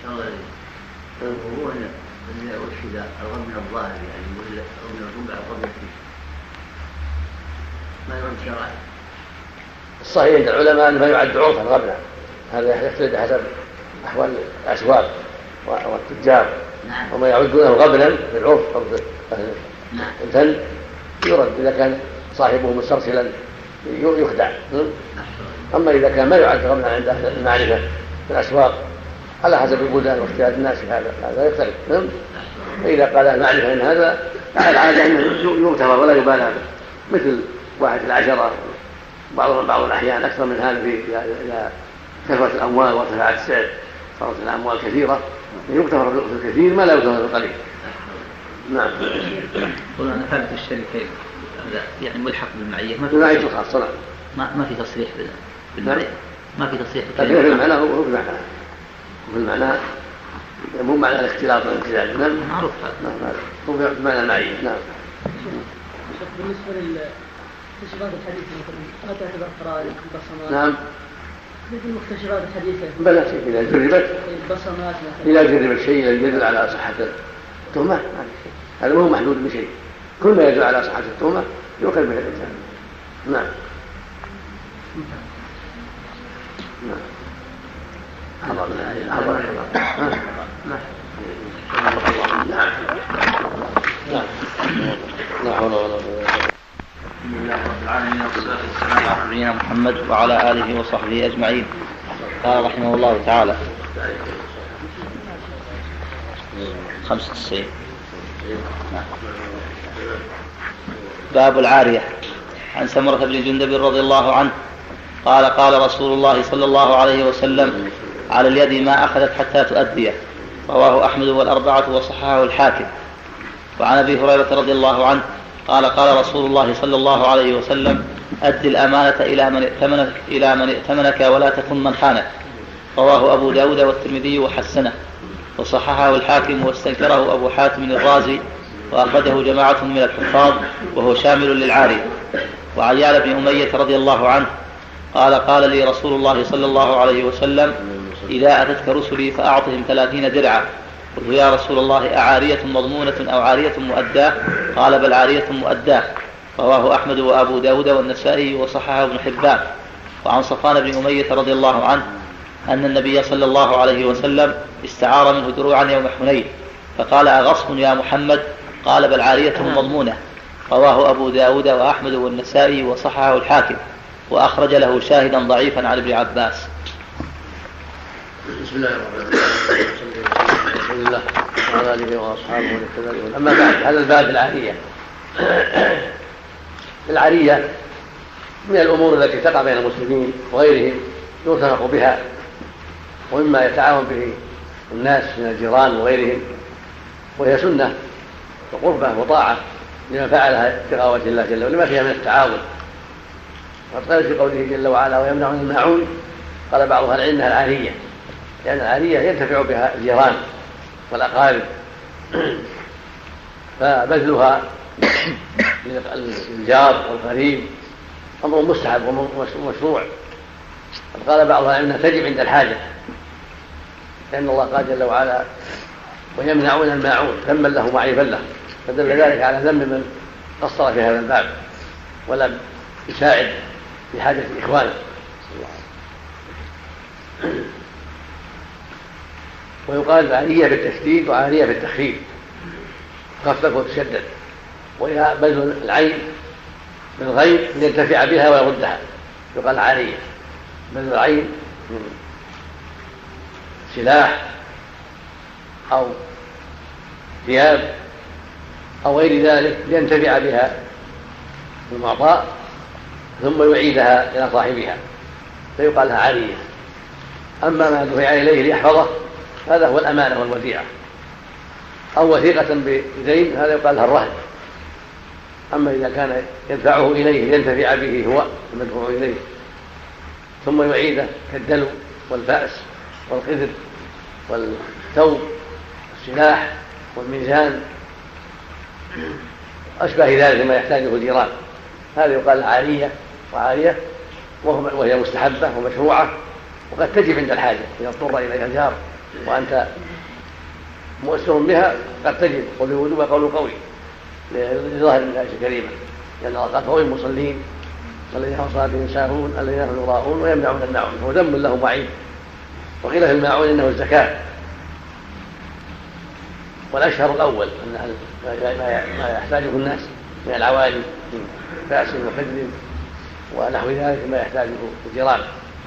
هو أن أرشد الغم من الظاهر يعني من الربع الربع ما يرد شرعا. الصحيح عند العلماء أنه يعد عرفا غبنا، هذا يختلف حسب أحوال الأسواق والتجار. نعم. وما يعدونه غبنا في العرف أو في الفن يرد إذا كان صاحبه مسترسلا يخدع. أما إذا كان ما يعد غبنا عند أهل المعرفة في الأسواق على حسب البلدان واختيار الناس هذا يختلف. فإذا قال المعرفة إن هذا العادة أنه يغتفر ولا يبالى به، مثل 1 في 10 بعض الأحيان أكثر من هذا إذا كثرت الأموال وارتفعت السعر صارت الأموال كثيرة يغتفر في الكثير ما لا يغتفر في القليل. نعم. قلنا أنا فهمت الشركين يعني ملحق بالمعية بالمعية الخاصة، ما في تصريح بالمعية، ما في تصريح بالمعية. في المعنى هو في المعنى، وفي المعنى مو معنى الاختلاط والامتزاج. نعم معروف هو في معنى المعية. نعم. بالنسبة للمكتشفات الحديثة مثلا ما تعتبر قرائن بصمات؟ نعم. مثل المكتشفات الحديثة بلى إذا جربت البصمات إذا جرب الشيء يدل على صحة التهمة هذا ما هو محدود بشيء، كل ما يدل على صحة التهمة يؤخذ به الإنسان. نعم. نعم. لا حول ولا قوة. الحمد لله رب العالمين والصلاة والسلام على نبينا محمد وعلى آله وصحبه أجمعين. قال رحمه الله تعالى 95. باب العارية. عن سمرة بن جندب رضي الله عنه قال قال رسول الله صلى الله عليه وسلم على اليد ما أخذت حتى تؤديه، رواه أحمد والأربعة وصححه الحاكم. وعن أبي هريرة رضي الله عنه قال قال رسول الله صلى الله عليه وسلم أد الأمانة إلى من ائتمنك ولا تكن من خانك، رواه أبو داود والترمذي وحسنه، وصححه الحاكم واستنكره أبو حاتم الرازي، وأخرجه جماعة من الحفاظ وهو شامل للعارية. وعن يعلى بن أمية رضي الله عنه قال قال لي رسول الله صلى الله عليه وسلم إذا أتتك رسلي فأعطهم 30 درعا. قلت يا رسول الله أعارية مضمونة أو عارية مؤداة؟ قال بل عارية مؤداة، رواه أحمد وأبو داود والنسائي وصححه ابن حبان. وعن صفوان بن أمية رضي الله عنه أن النبي صلى الله عليه وسلم استعار منه دروعا يوم حنين فقال أغصب يا محمد؟ قال بل عارية مضمونة، رواه أبو داود وأحمد والنسائي وصححه الحاكم، وأخرج له شاهدا ضعيفا عن ابن عباس. بسم الله الرحمن الرحيم. الحمد لله وعلى آله وأصحابه وسلم. أما بعد، هذا الباب العارية. العارية من الأمور التي تقع بين المسلمين وغيرهم يرتفق بها ومما يتعاون به الناس من الجيران وغيرهم، وهي سنة وقربة وطاعة لمن فعلها ابتغاء وجه الله جل وعلا لما فيها من التعاون. وقد قال في قوله جل وعلا ويمنعون الماعون، قال بعض أهل العلم انها العارية، لأن العارية ينتفع بها الجيران والأقارب، فبذلها للجار والقريب أمر مستحب ومشروع. قال بعض أهل العلم تجب عند الحاجة، لأن الله قال جل وعلا ويمنعون الماعون ذما له معيبا له، فدل ذلك على ذم من قصر في هذا الباب ولم يساعد في حاجة إخوانه. ويقال عارية بالتشديد وعارية بالتخفيف، خفف وتشدد، وهي بذل العين بالغير لينتفع بها ويردها، يقال عارية. بذل العين من سلاح أو ثياب أو غير ذلك لينتفع بها المعطاء ثم يعيدها إلى صاحبها فيقال لها عارية. أما ما دفع إليه ليحفظه هذا هو الأمانة والوديعة، أو وثيقة بدين هذا يقال لها الرهن. أما إذا كان يدفعه إليه لينتفع به هو المدفوع إليه ثم يعيده كالدلو والفأس والقذر والثوب والسلاح والميزان أشبه ذلك ما يحتاجه الجيران، هذا يقال عارية وعارية، وهي مستحبة ومشروعة، وقد تجب عند الحاجة إذا اضطر إليها الجار وأنت مؤثر بها قد تجب، وبوجوبها قول قوي لظاهر من الآية الكريمة، لأن الله قال فويل المصلين الذين هم صلاتهم ساهون الذين هم يراءون ويمنعون الماعون، هو ذنب له وعيد. وقيل في الماعون إنه الزكاة، والأشهر الأول أن ما يحتاجه الناس من العوالي من فأس وقدر ونحو ذلك ما يحتاجه الجيران.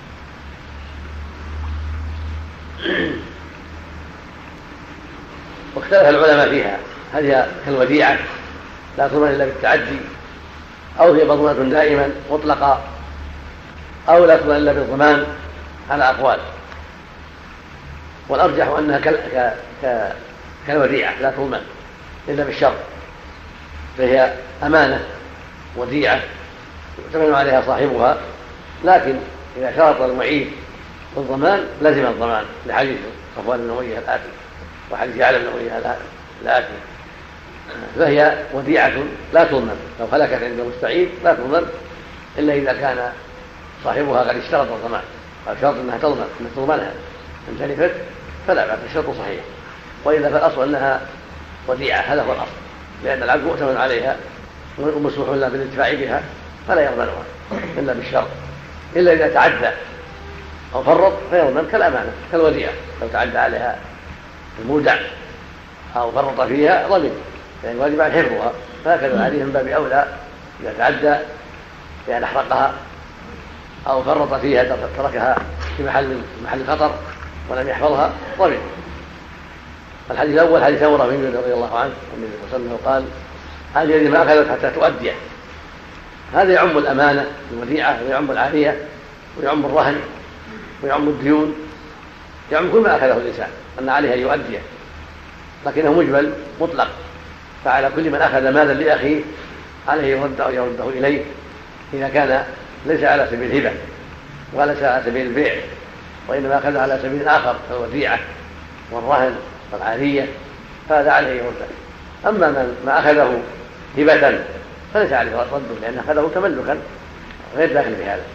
واختلف العلماء فيها هل هي كالوديعة لا تضمن إلا بالتعدي، أو هي مضمونة دائما مطلقة، أو لا تضمن إلا بالضمان على أقوال. والأرجح أنها كالوديعة لا تضمن إلا بالشرط، فهي أمانة وديعة يؤتمن عليها صاحبها، لكن إذا شرط المعيد الضمان لزم الضمان لحديث صفوان بن أمية الآتي وحديث يعلى بن أمية الآتي، فهي وديعة لا تضمن، لو هلكت عند المستعيد لا تضمن إلا إذا كان صاحبها قد اشترط الضمان، قال شرط أنها تضمنها إن تلفت فلا بأس، الشرط صحيح. وإذا فالأصل أنها وديعة، هذا هو الأصل، لأن العبد مؤتمن عليها ومسموح له بالانتفاع بها فلا يضمنها إلا بالشرط، إلا إذا تعدى أو فرط فيضمن كالأمانة كالوديعة، لو تعدى عليها المودع أو فرط فيها ضمن، يعني واجب عليه حفظها، فهكذا عليه من باب أولى إذا تعدى يعني أحرقها أو فرط فيها تركها في محل خطر ولم يحفظها ضمن. الحديث الأول حديث عمر بن جندب رضي الله عنه النبي صلى الله عليه وسلم قال هذه الذي ما أخذت حتى تؤديه، هذا يعم الأمانة الوديعة ويعم العارية ويعم الرهن ويعم الديون، يعم كل ما أخذه الإنسان أن عليه أن يؤديه، لكنه مجمل مطلق، فعلى كل من أخذ مالا لأخيه عليه يرده إليه إذا كان ليس على سبيل الهبة وليس على سبيل البيع، وإنما أخذ على سبيل آخر كالوديعة والرهن والعارية، فهذا عليه يرده. أما ما أخذه هبة فليس عليه رده، لأن أخذه تملكا غير داخل في هذا،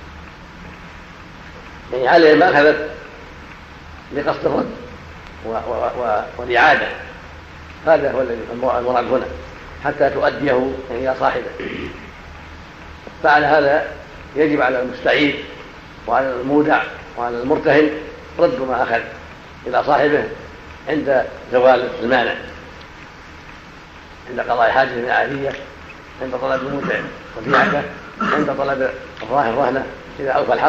يعني عليه ما أخذت لقصد الرد والإعادة، هذا هو المراد هنا حتى تؤديه إلى صاحبه. فعلى هذا يجب على المستعيد وعلى المودع وعلى المرتهن رد ما أخذ إلى صاحبه عند زوال المانع، عند قضاء حاجة من عارية، عند طلب المودع وديعته، عند طلب الراهن رهنه إذا أوفى الحق.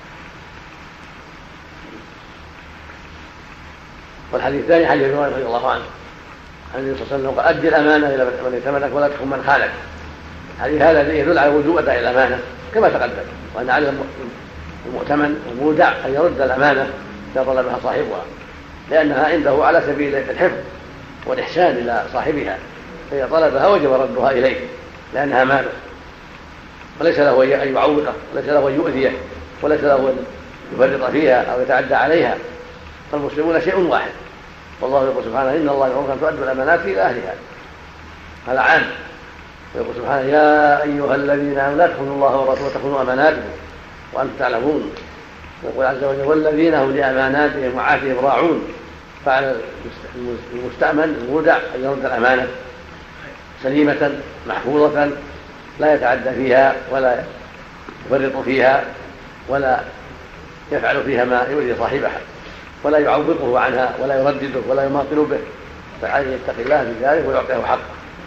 والحديث الثاني حديث ابن عمر رضي الله عنه عن النبي صلى الله عليه وسلم قال أدي الأمانة إلى من ائتمنك ولا تخن من خانك. الحديث هذا يدل على وجوب أداء الأمانة كما تقدم، وأن على المؤتمن المودع أن يرد الأمانة إذا طلبها صاحبها، لأنها عنده على سبيل الحفظ والإحسان إلى صاحبها، فإذا طلبها وجب ردها إليه لأنها ماله، وليس له أن يعوقه، وليس له أن يؤذيه، وليس له أن يفرط فيها أو يتعدى عليها. فالمسلمون شيء واحد، والله يقول سبحانه إن الله يأمركم أن تؤدوا الأمانات إلى أهلها، هذا عام. ويقول سبحانه يا أيها الذين آمنوا لا تخونوا الله ورسوله وتخونوا أماناتكم وأنتم تعلمون. ويقول عز وجل والذين هم لأماناتهم وعهدهم راعون. فعلى المستأمن المودع أن يرد الأمانة سليمة محفوظة لا يتعدى فيها ولا يفرط فيها ولا يفعل فيها ما يؤذي صاحبها ولا يعوقه عنها ولا يردده ولا يماطل به، فعليه يتقي الله في ذلك ويعطيه حقه.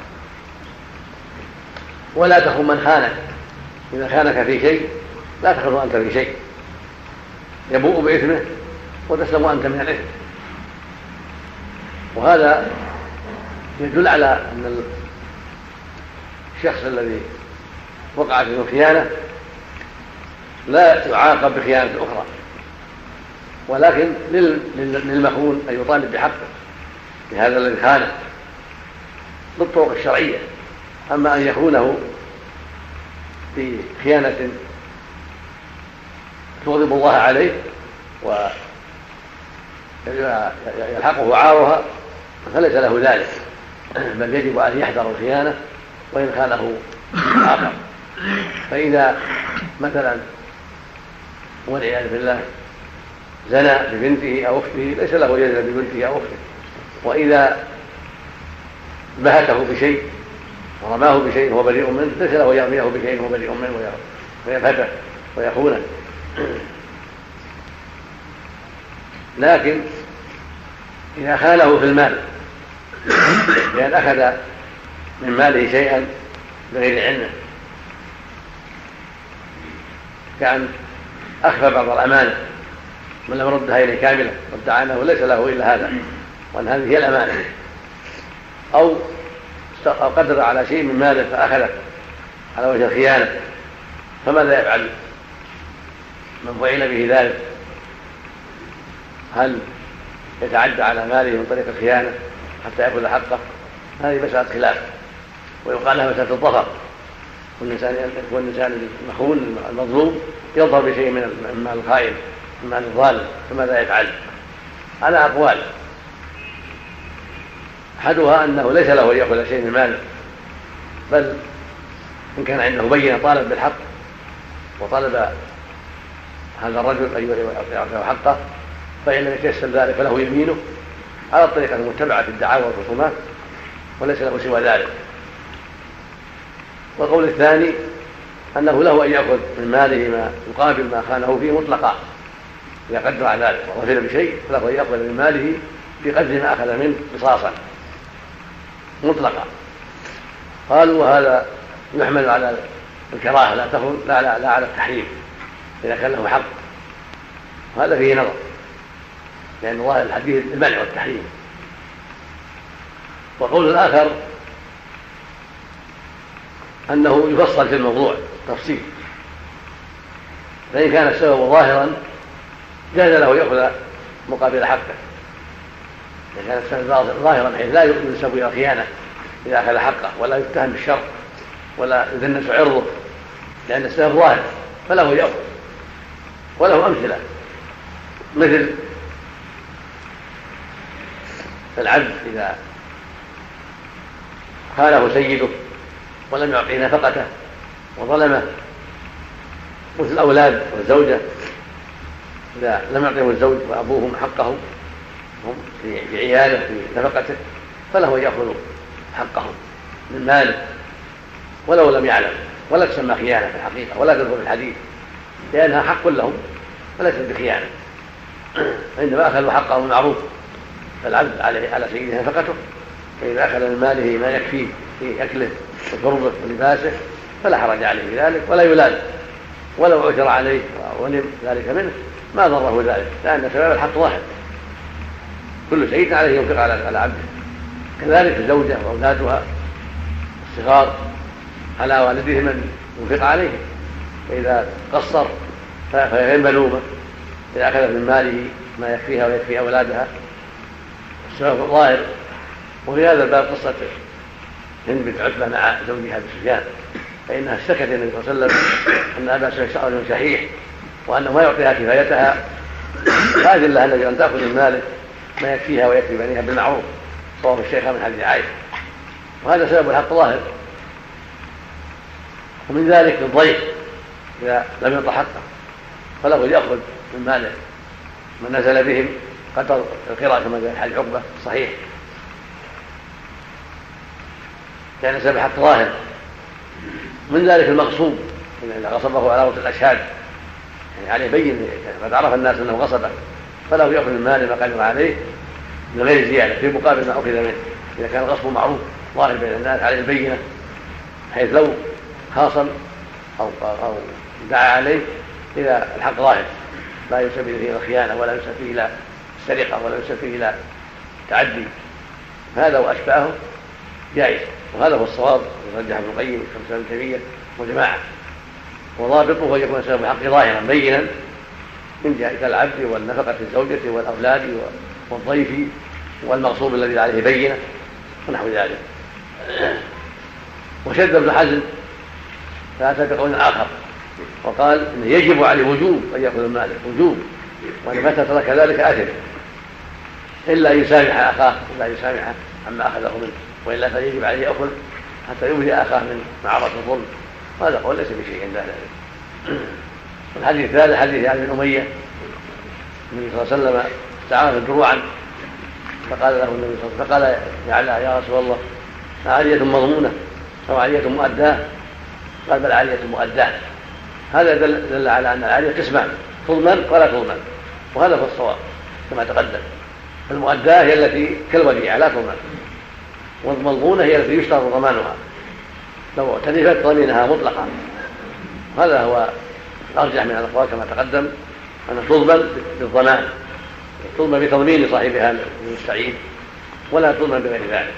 ولا تخن من خانك، إذا خانك في شيء لا تخنه أنت في شيء، يبوء بإثمه وتسلم أنت من الإثم. وهذا يدل على أن الشخص الذي وقع في الخيانة لا يعاقب بخيانة أخرى، ولكن للمخون أن يطالب بحقه لهذا الذي خانه بالطرق الشرعية. أما أن يخونه بخيانة تغضب الله عليه ويلحقه عارها فليس له ذلك، بل يجب أن يحذر الخيانة وإن خانه آخر. فإذا مثلا والعياذ بالله زنى ببنته أو أخته ليس له يزنى ببنته أو أخته، وإذا بهته بشيء ورماه بشيء هو بريء منه ليس له يرميه بشيء هو بريء منه ويبهته ويخونه. لكن إذا خانه في المال لأن أخذ من ماله شيئا بغير علمه، كأن أخفى بعض الأمانة من لم ردها إليه كاملة وادعى أنه ليس له إلا هذا وأن هذه هي الأمانة، أو قدر على شيء من ماله فأخذه على وجه الخيانة، فماذا يفعل من فعل به ذلك؟ هل يتعدى على ماله من طريق الخيانة حتى يأخذ حقه؟ هذه مسألة خلاف، ويقال لها مسألة الظفر، والإنسان المخون المظلوم يظهر بشيء من مال الخائن من مال الظالم، فماذا يفعل؟ على أقوال، أحدها أنه ليس له أن يأخذ شيء من ماله، بل إن كان عنده بينة طالب بالحق وطلب هذا الرجل أن يعطيه حقه فإن لم يتيسر ذلك فله يمينه على الطريقة المتبعة في الدعاوى والخصومات وليس له سوى ذلك. والقول الثاني أنه له أن يأخذ من ماله ما يقابل ما خانه فيه مطلقا، إذا قدر على ذلك وغفل بشيء فله أن يأخذ من ماله بقدر ما أخذ منه قصاصا مطلقا. قالوا وهذا يحمل على الكراهة لا تخن لا على التحريم إذا كان له حق، وهذا فيه نظر لأن ظاهر الحديث المنع والتحريم. وقول الآخر أنه يفصل في الموضوع تفصيل، فإن كان السبب ظاهرا جاز له يأخذ مقابل حقه، إذا كان السبب ظاهرا حيث لا ينسب إلى الخيانة إذا أخذ حقه ولا يتهم بالشر ولا يدنس عرضه لأن السبب ظاهر فله يأخذ. وله أمثلة مثل العبد إذا خانه سيده ولم يعطيه نفقته وظلمه، مثل الأولاد والزوجة إذا لم يعطيه الزوج وأبوهم حقهم هم في عياله في نفقته فله يأخذ حقهم من ماله ولو لم يعلم، ولا تسمى خيانة في الحقيقة ولا تدخل في الحديث لأنها حق لهم وليست بخيانة، عندما أخذوا حقهم المعروف فالعبد على سيده نفقته، فإذا أخذ من ماله ما يكفيه في أكله وشربه ولباسه فلا حرج عليه بذلك ولا يلام، ولو عثر عليه ولم ذلك منه ما ضره ذلك، لأن سبب الحق واحد، كل سيد عليه ينفق على عبده. كذلك الزوجة وأولادها الصغار على والدهم من ينفق عليهم، فإذا قصر فهي ملومة إذا أخذ من ماله ما يكفيها ويكفي أولادها. السبب الظاهر. وفي هذا الباب قصة هند بنت عتبة مع زوجها أبي سفيان، فإنها اشتكت النبي صلى الله عليه وسلم أن أبا سفيان رجل شحيح وأنه ما يعطيها كفايتها، فأذن لها النبي أن تأخذ من ماله ما يكفيها ويكفي بنيها بالمعروف. صواب الشيخ من حديث عائشة، وهذا سبب الحق ظاهر. ومن ذلك الضيف إذا لم يطع حقه فله يأخذ من ماله من نزل بهم قدر القراءة كما جاء حديث عقبة صحيح، كان سبب الحق ظاهر. من ذلك المغصوب إذا غصبه على رؤوس الأشهاد، يعني عليه بين قد عرف الناس أنه غصبه، فله يأخذ من ماله ما قدر عليه من غير زيادة في مقابل ما أخذ منه. إذا كان الغصب معروف ظاهر بين الناس عليه البينة، حيث لو خاصم أو دعا عليه إذا الحق ظاهر لا ينسب فيه إلى الخيانة ولا ينسب فيه إلى السرقة ولا ينسب فيه إلى تعدي، فهذا وأشباهه جائز. وهذا هو الصواب رجح ابن القيم وابن تيمية وجماعة. وضابطه أن يكون سبب الحق ظاهرا بينا من جهة العبد والنفقة الزوجة والأولاد والضيف والمغصوب الذي عليه بينة ونحو ذلك. وشد ابن حزم فأتى بقول آخر وقال إنه يجب عليه وجوب أن يأخذ المال وجوب، وإن متى ترك ذلك آثم إلا أن يسامح أخاه إلا يسامح عما أخذه منه، وإلا فيجب عليه يأخذ حتى يبرئ أخاه من معرض الظلم. وهذا قول ليس بشيء عند أهل العلم. الحديث الثالث حديث علي بن أمية النبي صلى الله عليه وسلم استعار دروعا فقال له النبي صلى الله عليه وسلم فقال يا رسول الله عالية مضمونة أو عالية مؤداة؟ قال بل عالية مؤداة. هذا دل على أن العالية قسمان، تضمن ولا تضمن، وهذا هو الصواب كما تقدم. المؤداة هي التي كالوديعة لا تضمن، والمضمونة هي التي يشترط ضمانها لو اعترفت ضمينها مطلقا. هذا هو الأرجح من الأقوال كما تقدم، أن تضمن بالضمان، تضمن بتضمين صاحبها المستعين ولا تضمن بغير ذلك.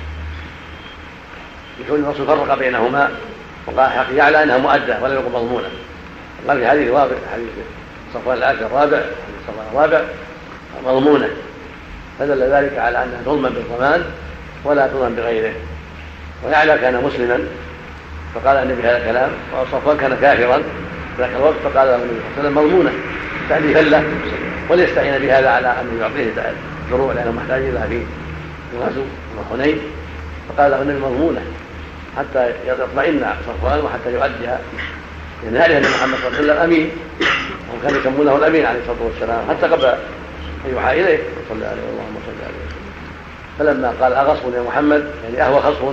يكون الرسول فرق بينهما وقال حق يعلى أنها مؤدة ولا يقول مضمونة. قال في حديث رابع حديث صفوان العاشر الرابع صفوان الرابع مضمونة، فدل ذلك على أنها تضمن بالضمان ولا تضمن بغيره. ويعلى كان مسلما فقال النبي هذا الكلام، وصفوان كان كافرا في ذاك الوقت فقال له النبي صلى الله عليه وسلم مضمونة تأليفا له وليستعين بهذا على أن يعطيه الدروع لأنه محتاج لها في غزو وحنين، فقال له النبي مضمونة حتى يطمئن صفوان وحتى يؤديها، لأن هذه أن محمد صلى الله عليه وسلم أمين، وهم كانوا يسمونه الأمين عليه الصلاة والسلام حتى قبل أن يوحى إليه صلى عليه اللهم صل عليه وسلم. فلما قال أغصب يا محمد يعني أهو خصب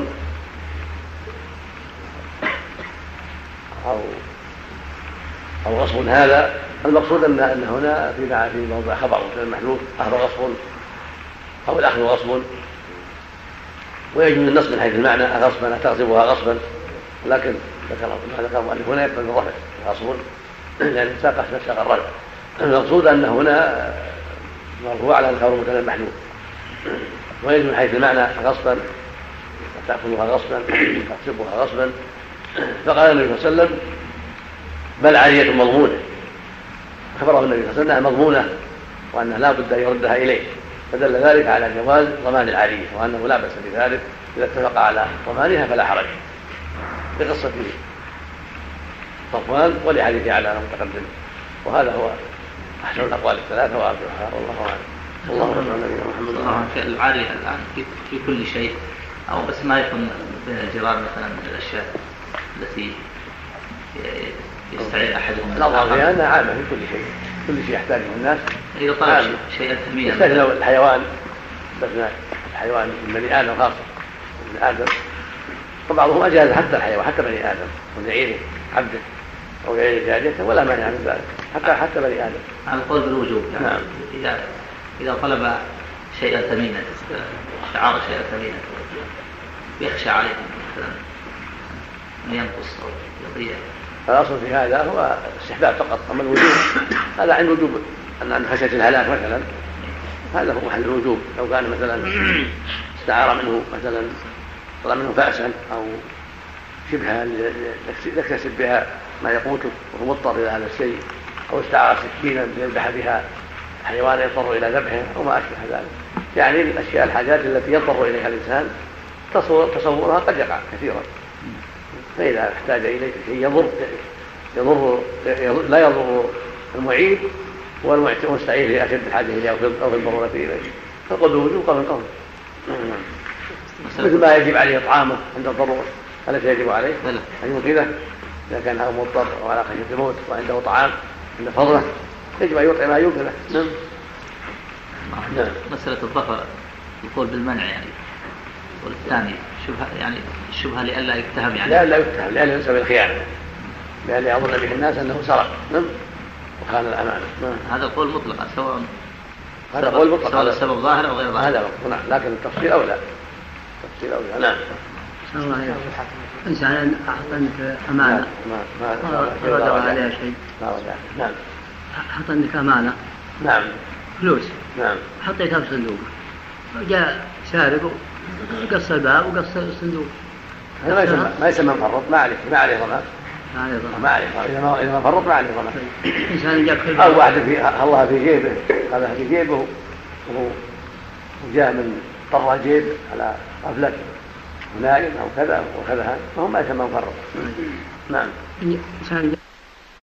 أو غصب، هذا المقصود أن هنا في موضع خبر المحذوف أهو غصب أو الأخذ غصب، ويجوز النصب من حيث المعنى غصبا تغصبها غصبا، لكن ذكر المؤلف هنا يقبل الرفع غصب لأن ساق الرفع. المقصود أن هنا مرفوع على الخبر المبتدا المحذوف، ويجوز من حيث المعنى غصبا تأخذها غصبا تغصبها غصبا. فقال النبي صلى الله عليه وسلم بل عالية مضمونة، خبره النبي صلى الله عليه وسلم أنها مضمونة وأنه لا بد أن يردها إليه، فدل ذلك على جواز ضمان العالية وأنه لا بأس بذلك إذا اتفق على ضمانها فلا حرج، بقصة صفوان ولحديث على المتقدم. وهذا هو أحسن الأقوال الثلاثة وأرجحها والله أعلم. اللهم صل على نبينا محمد. في العالية الآن في كل شيء أو بس ما يكون بين الجيران مثلا من الأشياء التي يستعين أحدهم الأظهر فيها أنها عامة في كل شيء، كل شيء يحتاجه الناس. إذا طلب شيئا ثمينا يستثنى الحيوان، يستثنى الحيوان من بني آدم خاصة من آدم، وبعضهم أجاز حتى الحيوان حتى بني آدم ونعيره عبده أو يعير جاريته ولا مانع من ذلك حتى بني آدم. على القول بالوجوب يعني نعم. إذا طلب شيئا ثمينا استعار شيئا ثمينا يخشى عليه مثلا أن ينقص أو يضيع. الأصل في هذا هو استحباب فقط، أما الوجوب هذا عند وجوب أن خشية الهلاك مثلا هذا هو محل الوجوب. لو كان مثلا استعار منه مثلا طلب منه فأسا أو شبهة يكتسب بها ما يقوته وهو مضطر إلى هذا الشيء، أو استعار سكينا ليذبح بها حيوان يضطر إلى ذبحه أو ما أشبه ذلك، يعني الأشياء الحاجات التي يضطر إليها الإنسان تصورها قد يقع كثيرا، فإذا احتاج إليه شيء لا يضر المعيد والمستعير في أشد الحاجة إليه أو في الضرورة إليه، فقد وجوب قبل القول. مثل ما يجب عليه إطعامه عند الضرورة، التي يجب عليه أن ينقذه إذا كان مضطر أو على خشية الموت وعنده طعام عند فضله يجب أن يطعم ما ينقذه. نعم. مسألة الظفر يقول بالمنع يعني، والثاني شبهة يعني الشبهة لئلا يتهم يعني لا يتهم لأن ينسب الخيانة، لأن يظن به الناس أنه سرق وخان الأمانة. هذا القول مطلق سواء هذا قول مطلق، هذا السبب ظاهر أو غير ظاهر. هذا نعم، لكن التفصيل أولى. نعم. إنسان أعطنك أمانة ما رد عليها شيء. نعم. أعطنك أمانة. نعم. فلوس. نعم. حطيتها في صندوق. جاء سارق وقص الباب وقص الصندوق. هذا ما يسمى مفرط، ما عليه ضمان. ما عليه إذا مفرط ما عليه ضمان. إنسان جاء كل أو واحد الله في جيبه، هذا في جيبه وجاء من طر الجيب على غفلة ونائم أو كذا وكذا، فهم ما يسمى مفرط. نعم.